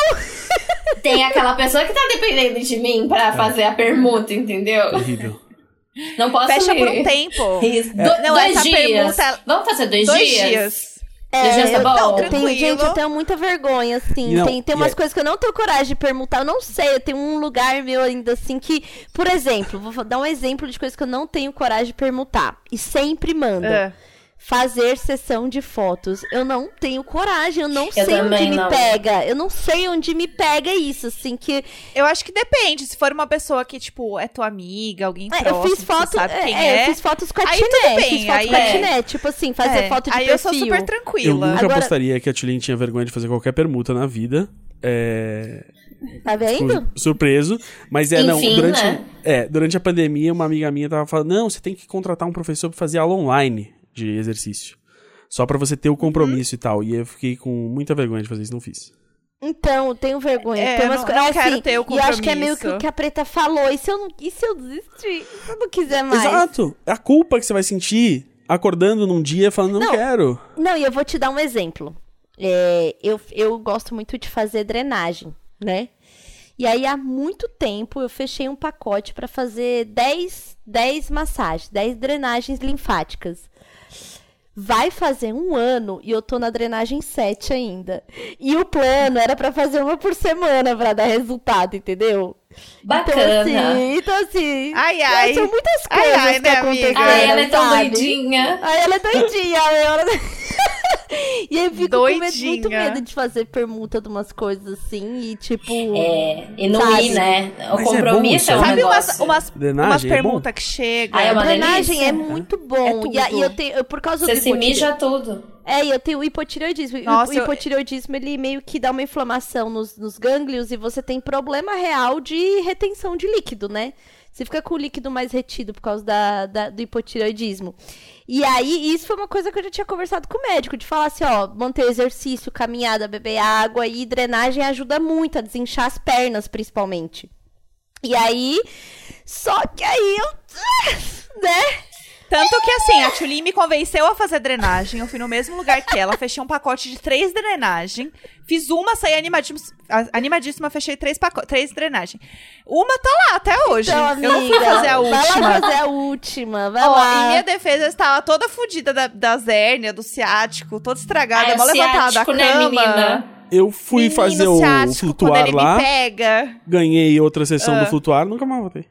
tem aquela pessoa que tá dependendo de mim pra fazer a permuta, entendeu? Terrível. Não posso Fecha ir. por um tempo. Isso. Não, Dois essa dias. permuta- Vamos fazer 2 2 dias? dias. Dois dias tá eu, bom? não, Tranquilo. gente, eu tenho muita vergonha, assim. Não, Tem e umas é- coisas que eu não tenho coragem de permutar. Eu não sei, eu tenho um lugar meu ainda, assim, que... Por exemplo, vou dar um exemplo de coisas que eu não tenho coragem de permutar. E sempre manda. Fazer sessão de fotos. Eu não tenho coragem, eu não sei onde também me não. pega. Eu não sei onde me pega isso, assim, que... Eu acho que depende. Se for uma pessoa que, tipo, é tua amiga, alguém próximo, eu fiz que foto, você sabe quem é. eu fiz fotos com a Aí Tiné, tudo bem, fiz foto aí com a é. Tiné, tipo assim, fazer foto de aí perfil. eu sou super Eu tranquila. nunca Agora- apostaria que a Tulin tinha vergonha de fazer qualquer permuta na vida. Tá vendo? Fico surpreso. Mas não, Enfim, durante a pandemia, uma amiga minha tava falando: não, você tem que contratar um professor pra fazer aula online de exercício. Só pra você ter o compromisso e tal. E eu fiquei com muita vergonha de fazer isso, não fiz. Então, eu tenho vergonha. É, Tem eu umas não- coisas não quero assim, ter o e eu acho que é meio compromisso. que a Preta falou. E se eu desistir? Se eu não quiser mais? Exato. A culpa que você vai sentir acordando num dia falando, não quero. Não, e eu vou te dar um exemplo. Eu gosto muito de fazer drenagem, né? E aí, há muito tempo, eu fechei um pacote pra fazer 10 massagens, 10 drenagens linfáticas. Vai fazer 1 ano e eu tô na drenagem 7 ainda. E o plano era pra fazer uma por semana pra dar resultado, entendeu? Bacana. Então assim, Ai, ai. são muitas Ai, coisas ai, que né, aconteceram, amiga? Ai, ela é tão sabe? doidinha. Aí ela é doidinha, E aí eu fico com muito Doidinha. medo de fazer permuta de umas coisas assim e tipo... E não Sabe? ir, né? O Mas é compromisso bom, é um Sabe negócio. umas Drenagem é permutas que chegam? Ai, é uma Drenagem delícia. é muito bom. É tudo. E aí eu tenho, por causa Você do se mija tudo. e eu tenho o hipotireoidismo. Nossa, O hipotireoidismo, ele meio que dá uma inflamação nos gânglios e você tem problema real de retenção de líquido, né? Você fica com o líquido mais retido por causa do hipotireoidismo. E aí, isso foi uma coisa que eu já tinha conversado com o médico, de falar assim, ó, manter exercício, caminhada, beber água, e drenagem ajuda muito a desinchar as pernas, principalmente. E aí, só que aí eu, né? Tanto que assim, a Tulin me convenceu a fazer drenagem. Eu fui no mesmo lugar que ela, fechei um pacote de 3 drenagens. Fiz uma, saí animadíssima, fechei 3 drenagens. Uma tá lá até hoje. Então, eu não fui fazer a última. Vai lá fazer a última, vai Ó, lá. em minha defesa, eu estava toda fodida das hérnias, do ciático, toda estragada, Ai, mal o levantada da ciático, cama. né, menina? Eu fui Menino fazer o ciático, quando flutuar ele lá, me pega. ganhei outra sessão do flutuar, nunca mais voltei.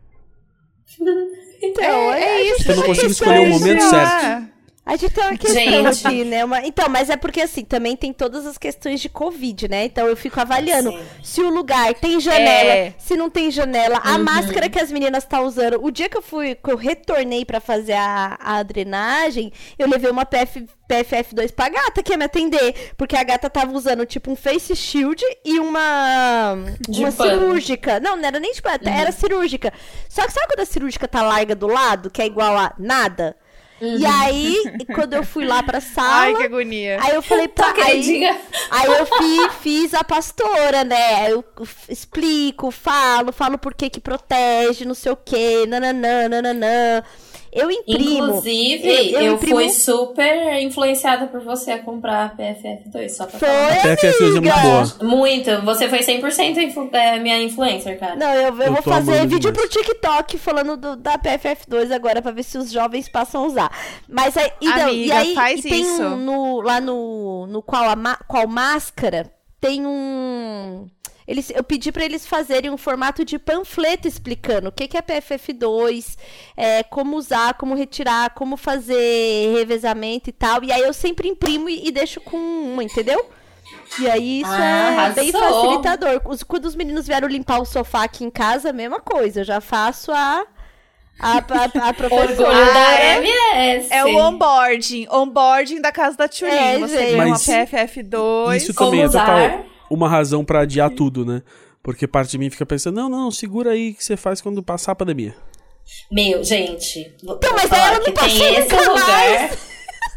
Então, É isso. Eu não consigo gente, escolher o momento é. certo. A gente tem uma questão Gente. aqui, né? Então, mas é porque assim, também tem todas as questões de Covid, né? Então eu fico avaliando se o lugar tem janela, É. se não tem janela, a máscara que as meninas estão usando. O dia que eu retornei pra fazer a drenagem, eu levei uma PFF2 pra gata que ia me atender. Porque a gata tava usando tipo um face shield e uma pano. cirúrgica. Não era nem tipo, era cirúrgica. Só que sabe quando a cirúrgica tá larga do lado, que é igual a nada? E aí, quando eu fui lá pra sala, Ai, que agonia. aí eu falei pra... Tá, queridinha. Aí eu fiz a pastora, né? Eu explico, falo por que protege, não sei o quê, nananã. Eu imprimo. Inclusive, eu imprimo... fui super influenciada por você a comprar a PFF2, só pra falar. Foi, A PFF2 é muito amiga. boa. Muito. Você foi 100% minha influencer, cara. Não, eu vou tô fazer amando vídeo demais. pro TikTok falando da PFF2 agora, pra ver se os jovens passam a usar. Mas aí, então, Amiga, e aí faz e tem isso. lá no qual máscara, tem um... eu pedi pra eles fazerem um formato de panfleto explicando o que é PFF2, como usar, como retirar, como fazer revezamento e tal. E aí eu sempre imprimo e deixo com uma, entendeu? E aí isso é bem facilitador. Quando os meninos vieram limpar o sofá aqui em casa, a mesma coisa. Eu já faço a professora. Orgulho da MS. É o onboarding da casa da Tulin. Você gente. ganha uma Mas PFF2. Isso também é usar. total uma razão pra adiar tudo, né? Porque parte de mim fica pensando, não, segura aí que você faz quando passar a pandemia. Meu, gente. Então, mas ela não passou tem esse nunca lugar. mais.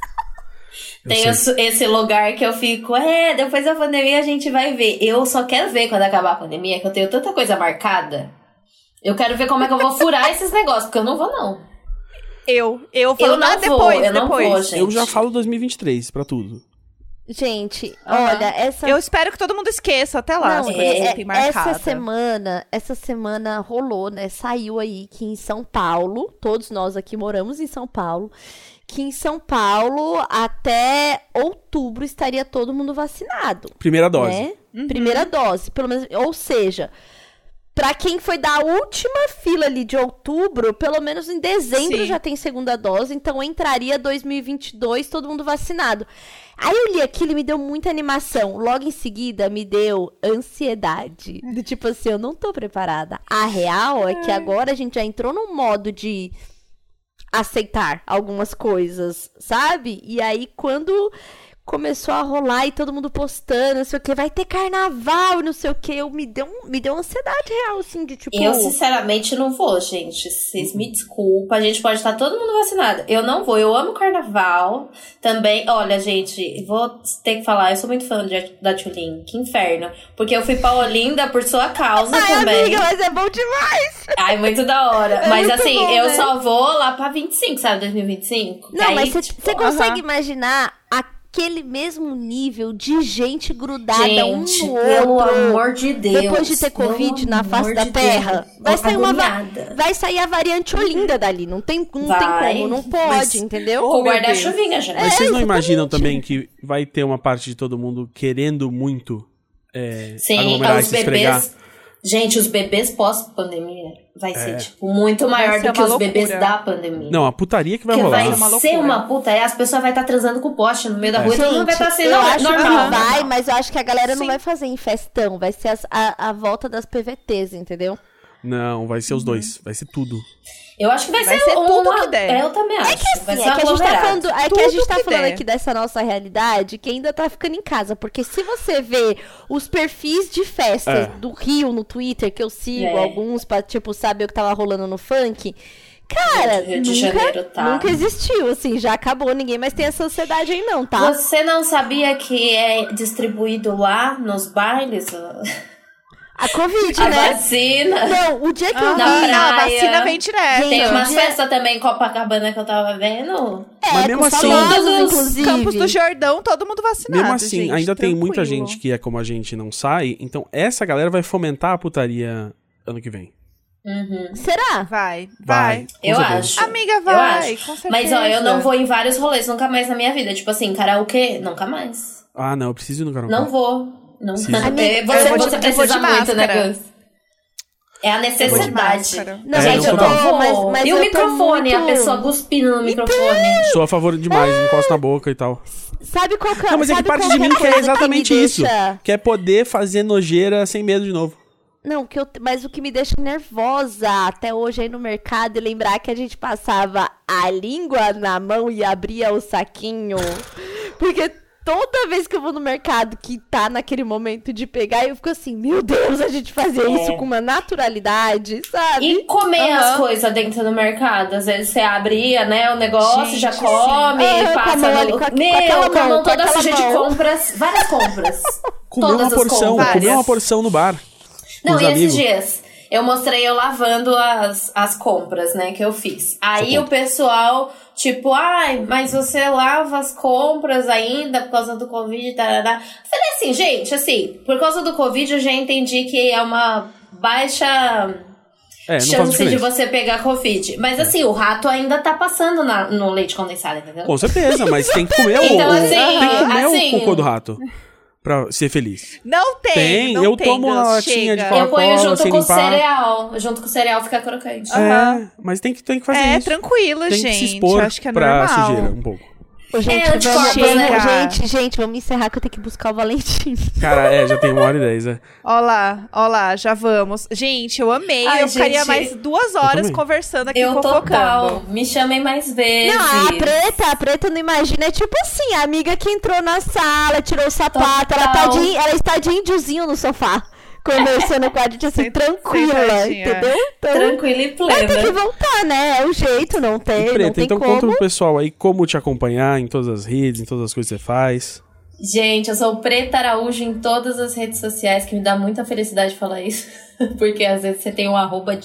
Tem esse lugar que eu fico, depois da pandemia a gente vai ver. Eu só quero ver quando acabar a pandemia, que eu tenho tanta coisa marcada. Eu quero ver como é que eu vou furar esses negócios, porque eu não vou, não. Eu Eu falo, não vou, depois, eu não depois. vou, gente. Eu já falo 2023 pra tudo. Gente, olha, Eu espero que todo mundo esqueça até lá. Não, as coisas que tem marcada. essa semana rolou, né? Saiu aí que em São Paulo, todos nós aqui moramos em São Paulo, que em São Paulo até outubro estaria todo mundo vacinado. Primeira dose. Né? Primeira dose, pelo menos, ou seja, pra quem foi da última fila ali de outubro, pelo menos em dezembro Sim. já tem segunda dose, então entraria 2022 todo mundo vacinado. Aí eu li aquilo e me deu muita animação. Logo em seguida, me deu ansiedade. Do tipo assim, eu não tô preparada. A real é que agora a gente já entrou num modo de aceitar algumas coisas, sabe? E aí, quando começou a rolar e todo mundo postando, não sei o que, vai ter carnaval, não sei o que, me deu ansiedade real, assim, de tipo... Eu, sinceramente, não vou, gente. Vocês me desculpem. A gente pode estar todo mundo vacinado. Eu não vou. Eu amo carnaval. Também, olha, gente, vou ter que falar. Eu sou muito fã da Tulin. Que inferno. Porque eu fui pra Olinda por sua causa também. Amiga, mas é bom demais! Ai, muito da hora. Mas muito assim, bom, eu né? só vou lá pra 25, sabe? 2025. Que Não, aí, mas você tipo, consegue imaginar aquele mesmo nível de gente grudada gente, um no pelo outro, amor de Deus. depois de ter Covid na face da terra? Vai sair a variante Olinda dali. Não tem como, não pode, Mas- entendeu? Com meu guarda-chuvinha já. Mas vocês não exatamente. imaginam também que vai ter uma parte de todo mundo querendo muito Sim, aglomerar e os se esfregar? bebês. Gente, os bebês pós-pandemia vai ser, tipo, muito maior ser do que uma os bebês loucura. da pandemia. Não, a putaria que vai Porque rolar. vai uma ser loucura. uma puta. Aí as pessoas vão estar transando com poste no meio da rua. E todo mundo vai estar assim, eu acho normal. que vai, mas eu acho que a galera não Sim. vai fazer em festão. Vai ser a volta das PVTs, entendeu? Não, vai ser os dois. Vai ser tudo. Eu acho que vai Vai ser ser tudo uma... que der. Eu também acho. Vai ser É que a gente tá aglomerado. falando, Tudo que der. aqui dessa nossa realidade que ainda tá ficando em casa. Porque se você vê os perfis de festas do Rio no Twitter, que eu sigo alguns pra, tipo, saber o que tava rolando no funk... Cara, Rio de Janeiro, tá. nunca existiu, assim, já acabou, ninguém mais tem essa ansiedade aí não, tá? Você não sabia que é distribuído lá nos bailes A Covid, a né? vacina? Não, o dia que eu na vi... Não, a praia. vacina vem direto. Tem umas dia- festas também em Copacabana que eu tava vendo. Mas mesmo com assim- famosos, Todos os inclusive. Campos do Jordão, todo mundo vacinado, Mesmo assim, gente, ainda tem muita tranquilo. gente que é como a gente não sai. Então essa galera vai fomentar a putaria ano que vem. Será? Vai. Com Eu certeza. acho. Amiga, Eu vai, acho. com certeza. Mas ó, eu não vou em vários rolês nunca mais na minha vida. Tipo assim, karaokê, nunca mais. Ah, não, eu preciso ir no karaokê. Não vou. Não. Precisa. Amiga, Você eu vou de precisa muito, né, máscara. Gus? É a necessidade. máscara. Não, É, gente, eu eu tô- tô, mas E o eu tô microfone, a muito- pessoa cuspindo no microfone. Sou a favor demais, encosta na boca e tal. Sabe qual que Não, mas é que sabe parte qual de que é mim a quer coisa exatamente me isso. deixa- Quer poder fazer nojeira sem medo de novo. Não, mas o que me deixa nervosa até hoje aí no mercado é lembrar que a gente passava a língua na mão e abria o saquinho. Porque toda vez que eu vou no mercado que tá naquele momento de pegar, eu fico assim, meu Deus, a gente fazia isso com uma naturalidade, sabe? E comer as coisas dentro do mercado. Às vezes você abria, né, o negócio, Gente, já sim. come, Com a passa mão ali, no... com Meu, aquela com a mão, mão com toda aquela suja de mão. compras. Várias compras. Comer Todas uma as porção, compras. comer uma porção no bar. Não, os e esses amigos. dias eu mostrei eu lavando as compras, né, que eu fiz. Aí o pessoal, tipo, ai, mas você lava as compras ainda por causa do Covid, tarará. Falei assim, gente, assim, por causa do Covid eu já entendi que é uma baixa Não faz chance de diferença. você pegar Covid. Mas assim, o rato ainda tá passando no leite condensado, entendeu? Com certeza, mas tem que comer Então, o assim, tem que comer assim- o cocô do rato. pra ser feliz? Não tem, Tem, não eu tem, tomo uma Gus, latinha de chega. Coca-Cola. Eu ponho junto sem com o limpar. cereal. Junto com o cereal fica crocante. É, mas tem que fazer É, isso. tranquilo, Tem que gente. se expor Acho que é pra normal. sujeira um pouco. Ô, gente, eu discordo, né? gente, vamos encerrar que eu tenho que buscar o Valentim. Cara, já tem 1h10, né? Ó lá, já vamos. Gente, eu amei. Ai, eu ficaria gente, mais 2 horas também. conversando aqui, Eu fofocando. total. Me chamem mais vezes. Não, a preta não imagina, é tipo assim, a amiga que entrou na sala, tirou o sapato, Total. ela está de índiozinho no sofá, conversando com a gente assim, tranquila, sentadinha. entendeu? Então, Tranquila e vai ter que plena. voltar, né? É o jeito, não tem, E não Preta, tem então como. conta pro pessoal aí como te acompanhar em todas as redes, em todas as coisas que você faz. Gente, eu sou Preta Araújo em todas as redes sociais, que me dá muita felicidade falar isso. Porque às vezes você tem um arroba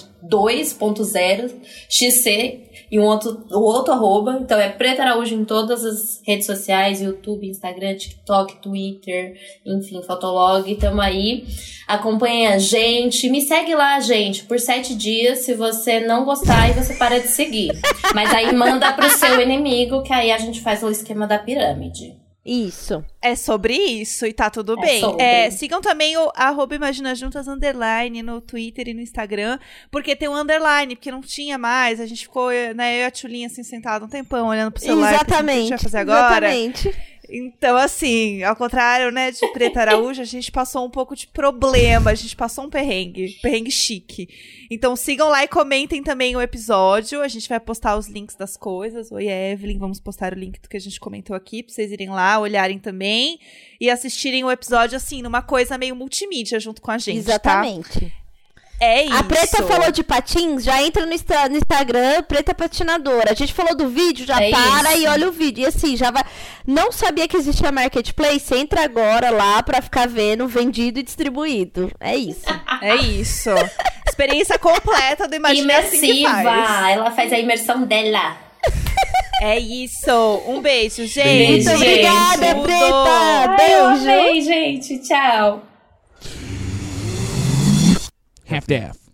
2.0 XC e o outro arroba. Então é Preta Araújo em todas as redes sociais, YouTube, Instagram, TikTok, Twitter, enfim, Fotolog, tamo aí. Acompanhem a gente, me segue lá, gente, por 7 dias. Se você não gostar, aí você para de seguir. Mas aí manda pro seu inimigo, que aí a gente faz o esquema da pirâmide. Isso. É sobre isso e tá tudo É bem. sobre. Sigam também o @imaginajuntas_ no Twitter e no Instagram, porque tem um underline, porque não tinha mais, a gente ficou, né, eu e a Tchulinha assim, sentada um tempão, olhando pro celular, pensando o que a gente Exatamente. vai fazer agora. Exatamente. Então, assim, ao contrário, né, de Preta Araújo, a gente passou um pouco de problema, a gente passou um perrengue chique. Então, sigam lá e comentem também o episódio, a gente vai postar os links das coisas. Oi, Evelyn, vamos postar o link do que a gente comentou aqui, pra vocês irem lá, olharem também e assistirem o episódio, assim, numa coisa meio multimídia junto com a gente, Exatamente. tá? É isso. A Preta falou de patins, já entra no Instagram, Preta Patinadora. A gente falou do vídeo, já É para isso. e olha o vídeo. E assim, já vai. Não sabia que existia Marketplace? Entra agora lá pra ficar vendo vendido e distribuído. É isso. É isso. Experiência completa do Imagina Assim que faz. Imersiva, ela faz a imersão dela. É isso. Um beijo, gente. Beijo, Muito obrigada, Tudo. Preta. Ai, eu Beijo. amei, gente. Tchau. Half-Death.